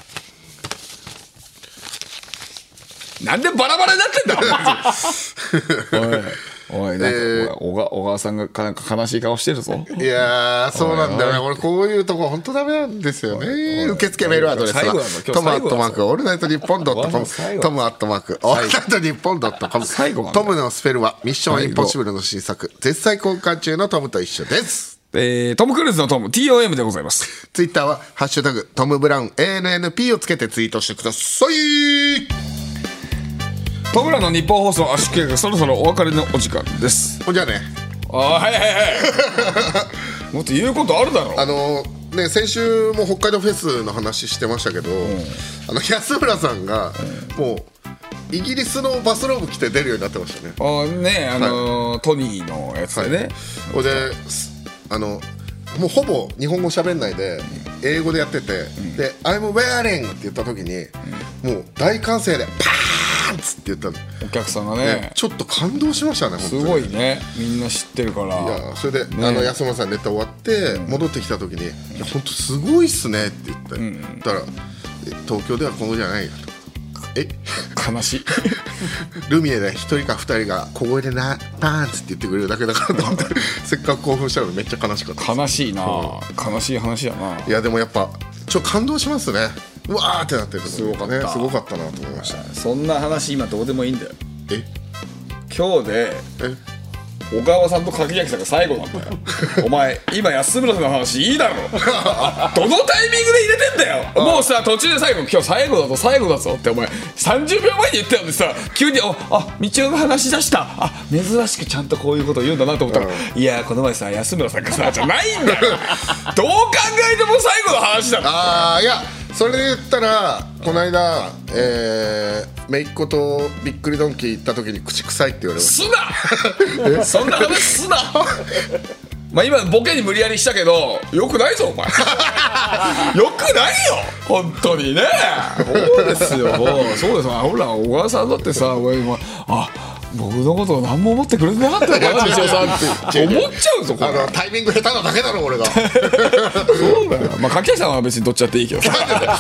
なんでバラバラになってんだおいおい、なんか、えー、小川、小川さんがなんか悲しい顔してるぞ。 いやー、そうなんだよね。俺こういうとこ本当ダメなんですよね。受付メールアドレスはトムアットマークオールナイトニッポンドットコム、トムアットマークオールナイトニッポンドットコム。トムのスペルはミッションインポッシブルの新作絶賛公開中のトムと一緒です。 えー、トム・クルーズのトム ティーオーエム でございます。 ツイッターはハッシュタグトム・ブラウン エーエヌエヌピー をつけてツイートしてください。 トムラの日本放送圧縮計画、そろそろお別れのお時間です。 ほんじゃね。 ああ、はいはいはいもっと言うことあるだろう。 あのね、先週も北海道フェスの話してましたけど、うん、あの安村さんがもうイギリスのバスローブ着て出るようになってましたね。 あね、あのーはい、トニーのやつでね、 はい、であのもうほぼ日本語喋んないで英語でやってて、うん、で I'm wearing って言った時に、うん、もう大歓声でパーンツって言ったの。 お客さんが ね, ねちょっと感動しましたね。 すごいね、みんな知ってるから。 いやそれで、ね、あの安村さんネタ終わって戻ってきた時に、いや本当すごいっすねって言って、うん、だから東京ではここじゃないよと。え悲しいルミネで一人か二人が小声でなパーンツって言ってくれるだけだからと思ってせっかく興奮したのにめっちゃ悲しかった。 悲しいな、うん、悲しい話やな。 いやでもやっぱちょっと感動しますね。うわーってなってるとすごかった、 ね、すごかったなと思いました。 そんな話今どうでもいいんだよ。 え今日でえ小川さんと柿崎さんが最後なんだよお前今安村さんの話いいだろどのタイミングで入れてんだよもうさ途中で最後今日最後だぞ最後だぞってお前さんじゅうびょうまえに言ったよねさ急にああ道夫が話し出したあ珍しくちゃんとこういうことを言うんだなと思ったら、うん、いやこの前さ安村さんがさじゃないんだよどう考えても最後の話だろ。 ああいやそれで言ったらこの間、えー、めいっ子とびっくりドンキー行った時に口臭いって言われました。 すなそんな話すなまあ今ボケに無理やりしたけどよくないぞお前よくないよ本当にねそうですよもうそうですほら小川さんだってさお前あ僕のことを何も思ってくれてなかったよな道夫さんって思っちゃうぞこれ。 あのタイミング下手なだけだろ俺がそうだよ。まあ柿崎さんは別にどっちだっていいけどさ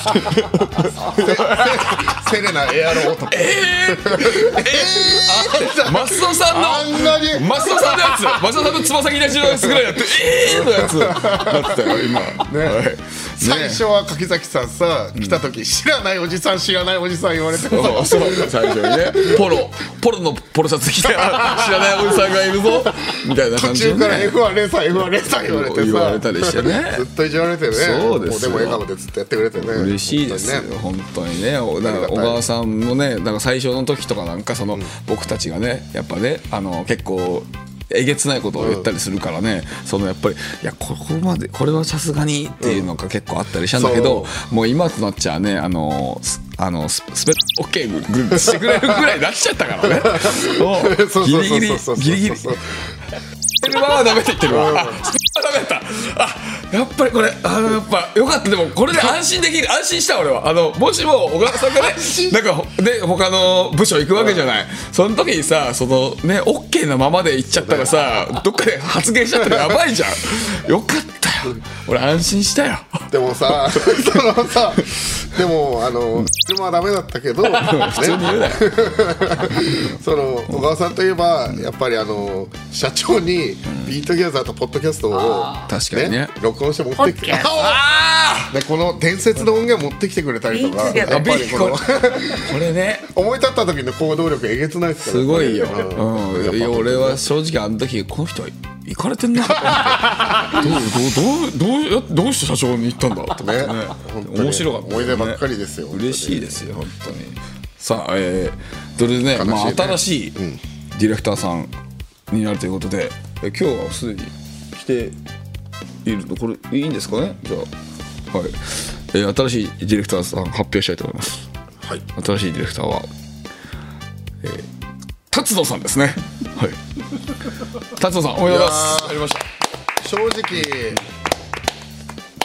セレナエアロ男えー、えー、マスオさんのマスオさんのやつマスオさんのつま先立ちのやつぐらいやってえーのやつなってたよ今ね、はい、 最初は柿崎さんさ、うん、来た時知らないおじさん知らないおじさん言われてそうそう最初にねポロポロのポロシャツ着て知らないおじさんがいるぞみたいな感じで、ね、 途中から エフワン レーサー エフワン レーサー言われてさ言われたりしてねずっといじられてね。 そうですよ。 もうでも笑顔でずっとやってくれてね嬉しいですよ本当にね。だから小川さんもねだから最初の時とかなんかその、うん、僕たちがねやっぱねあの結構えげつないことを言ったりするからね、うん、そのやっぱりいやここまでこれはさすがにっていうのが結構あったりしたんだけど、うん、もう今となっちゃねあのあのスペッオッケーグしてくれるぐらい出しちゃったからねギリギリギリギリスペルマはダメって言ってるわ、うん、あスペルマはダメだったあやっぱりこれあのやっぱよかったでもこれで安心できる安心した俺はあのもしも小川さんがねなんかで他の部署行くわけじゃない、うん、その時にさそのねオッケーなままで行っちゃったらさどっかで発言しちゃったらやばいじゃんよかったよ俺安心したよでもさそのさでもあの車はダメだったけど、ね、 普通に言うなよその小川さんといえばやっぱりあの社長にビートギャザーとポッドキャストを、ね、 確かにね録音して持ってきてでこの伝説の音源持ってきてくれたりとかやっぱりこのこれね思い立った時の行動力えげつないですからすごいよ、うんうん、いや俺は正直あの時この人は行かれてんなどうどうどうどうどうして社長に行ったんだとかね面白かった、ね、 思い出ばっかりですよ嬉しいですよ本当に。さあ、えー、それでね、ねまあ、新しいディレクターさんになるということで、うん、今日はすでに来ているのこれいいんですかね。じゃあ、はいえー、新しいディレクターさん発表したいと思います、はい、新しいディレクターは、えー、達野さんですねはい達野さんおめでとうございます。ありました。 正直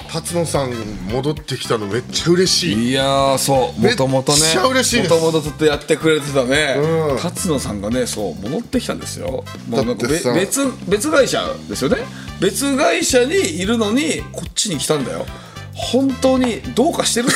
辰野さん戻ってきたのめっちゃ嬉しい。 いやーそうもともとねめっちゃ嬉しいです。 もともとずっとやってくれてたね、 うん、 辰野さんがねそう戻ってきたんですよ。もうなんかだってさ別別会社ですよね。別会社にいるのにこっちに来たんだよ。本当にどうかしてる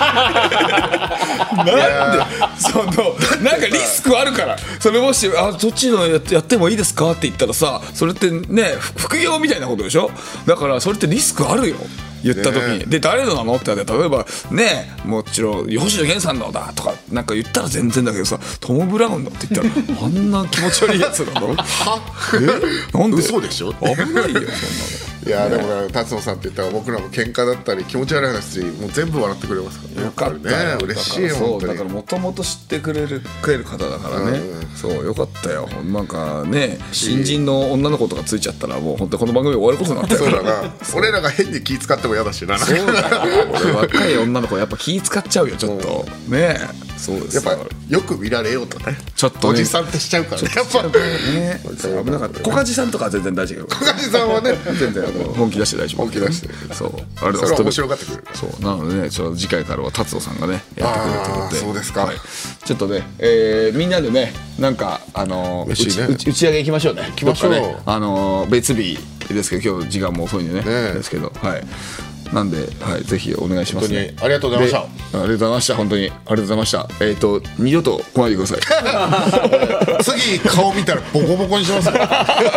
なんでそのなんかリスクあるからそれもしあそっちのやってやってもいいですかって言ったらさそれってね副業みたいなことでしょ。だからそれってリスクあるよ言った時に、ね、で誰のなのって言われて例えばねもちろん星野源さんのだとかなんか言ったら全然だけどさトム・ブラウンのって言ったらあんな気持ち悪いやつなのはえなんで嘘でしょ危ないよそんなの。 いやでもね辰野さんって言ったら僕らも喧嘩だったり気持ち悪い話もう全部笑ってくれますからね。 よかったよね嬉しいよ。 そうだからもともと知ってくれるくれる方だからね、うん、そうよかったよ。なんかね新人の女の子とかついちゃったらもう本当この番組終わることになったよ。 そうだな俺らが変に気使っても嫌だしな。 そうだ俺若い女の子やっぱ気使っちゃうよちょっとねえ。そうですやっぱよく見られようとねちょっと、ね、 おじさんってしちゃうからねやっぱね危なかった。小梶さんとかは全然大丈夫。 小梶さんはね全然本気出して大丈夫。 本気出してそうあれそれは面白がってくれる。 そうなのでねちょっと次回からは達夫さんがねやってくれるということで。 そうですか、 はい、ちょっとね、えー、みんなでねなんかあのー、打ち、ね、打ち打ち上げ行きましょうね。 行きましょう、 ね、あのー、別日ですけど今日時間も遅いんで ね, ねですけどはいなんで、はい、ぜひお願いしますね。 本当にありがとうございました。 ありがとうございました。本当にありがとうございました。えっ、ー、と二度と来ないでください。 次顔見たらボコボコにします。い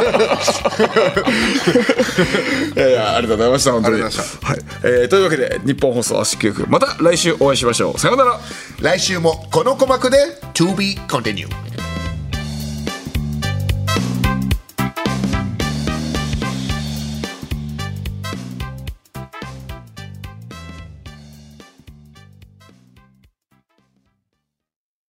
やいやありがとうございました本当に。 ありがとうございました。 はい、えー、というわけで日本放送圧縮局また来週お会いしましょう。さようなら。 来週もこの鼓膜で To be continued。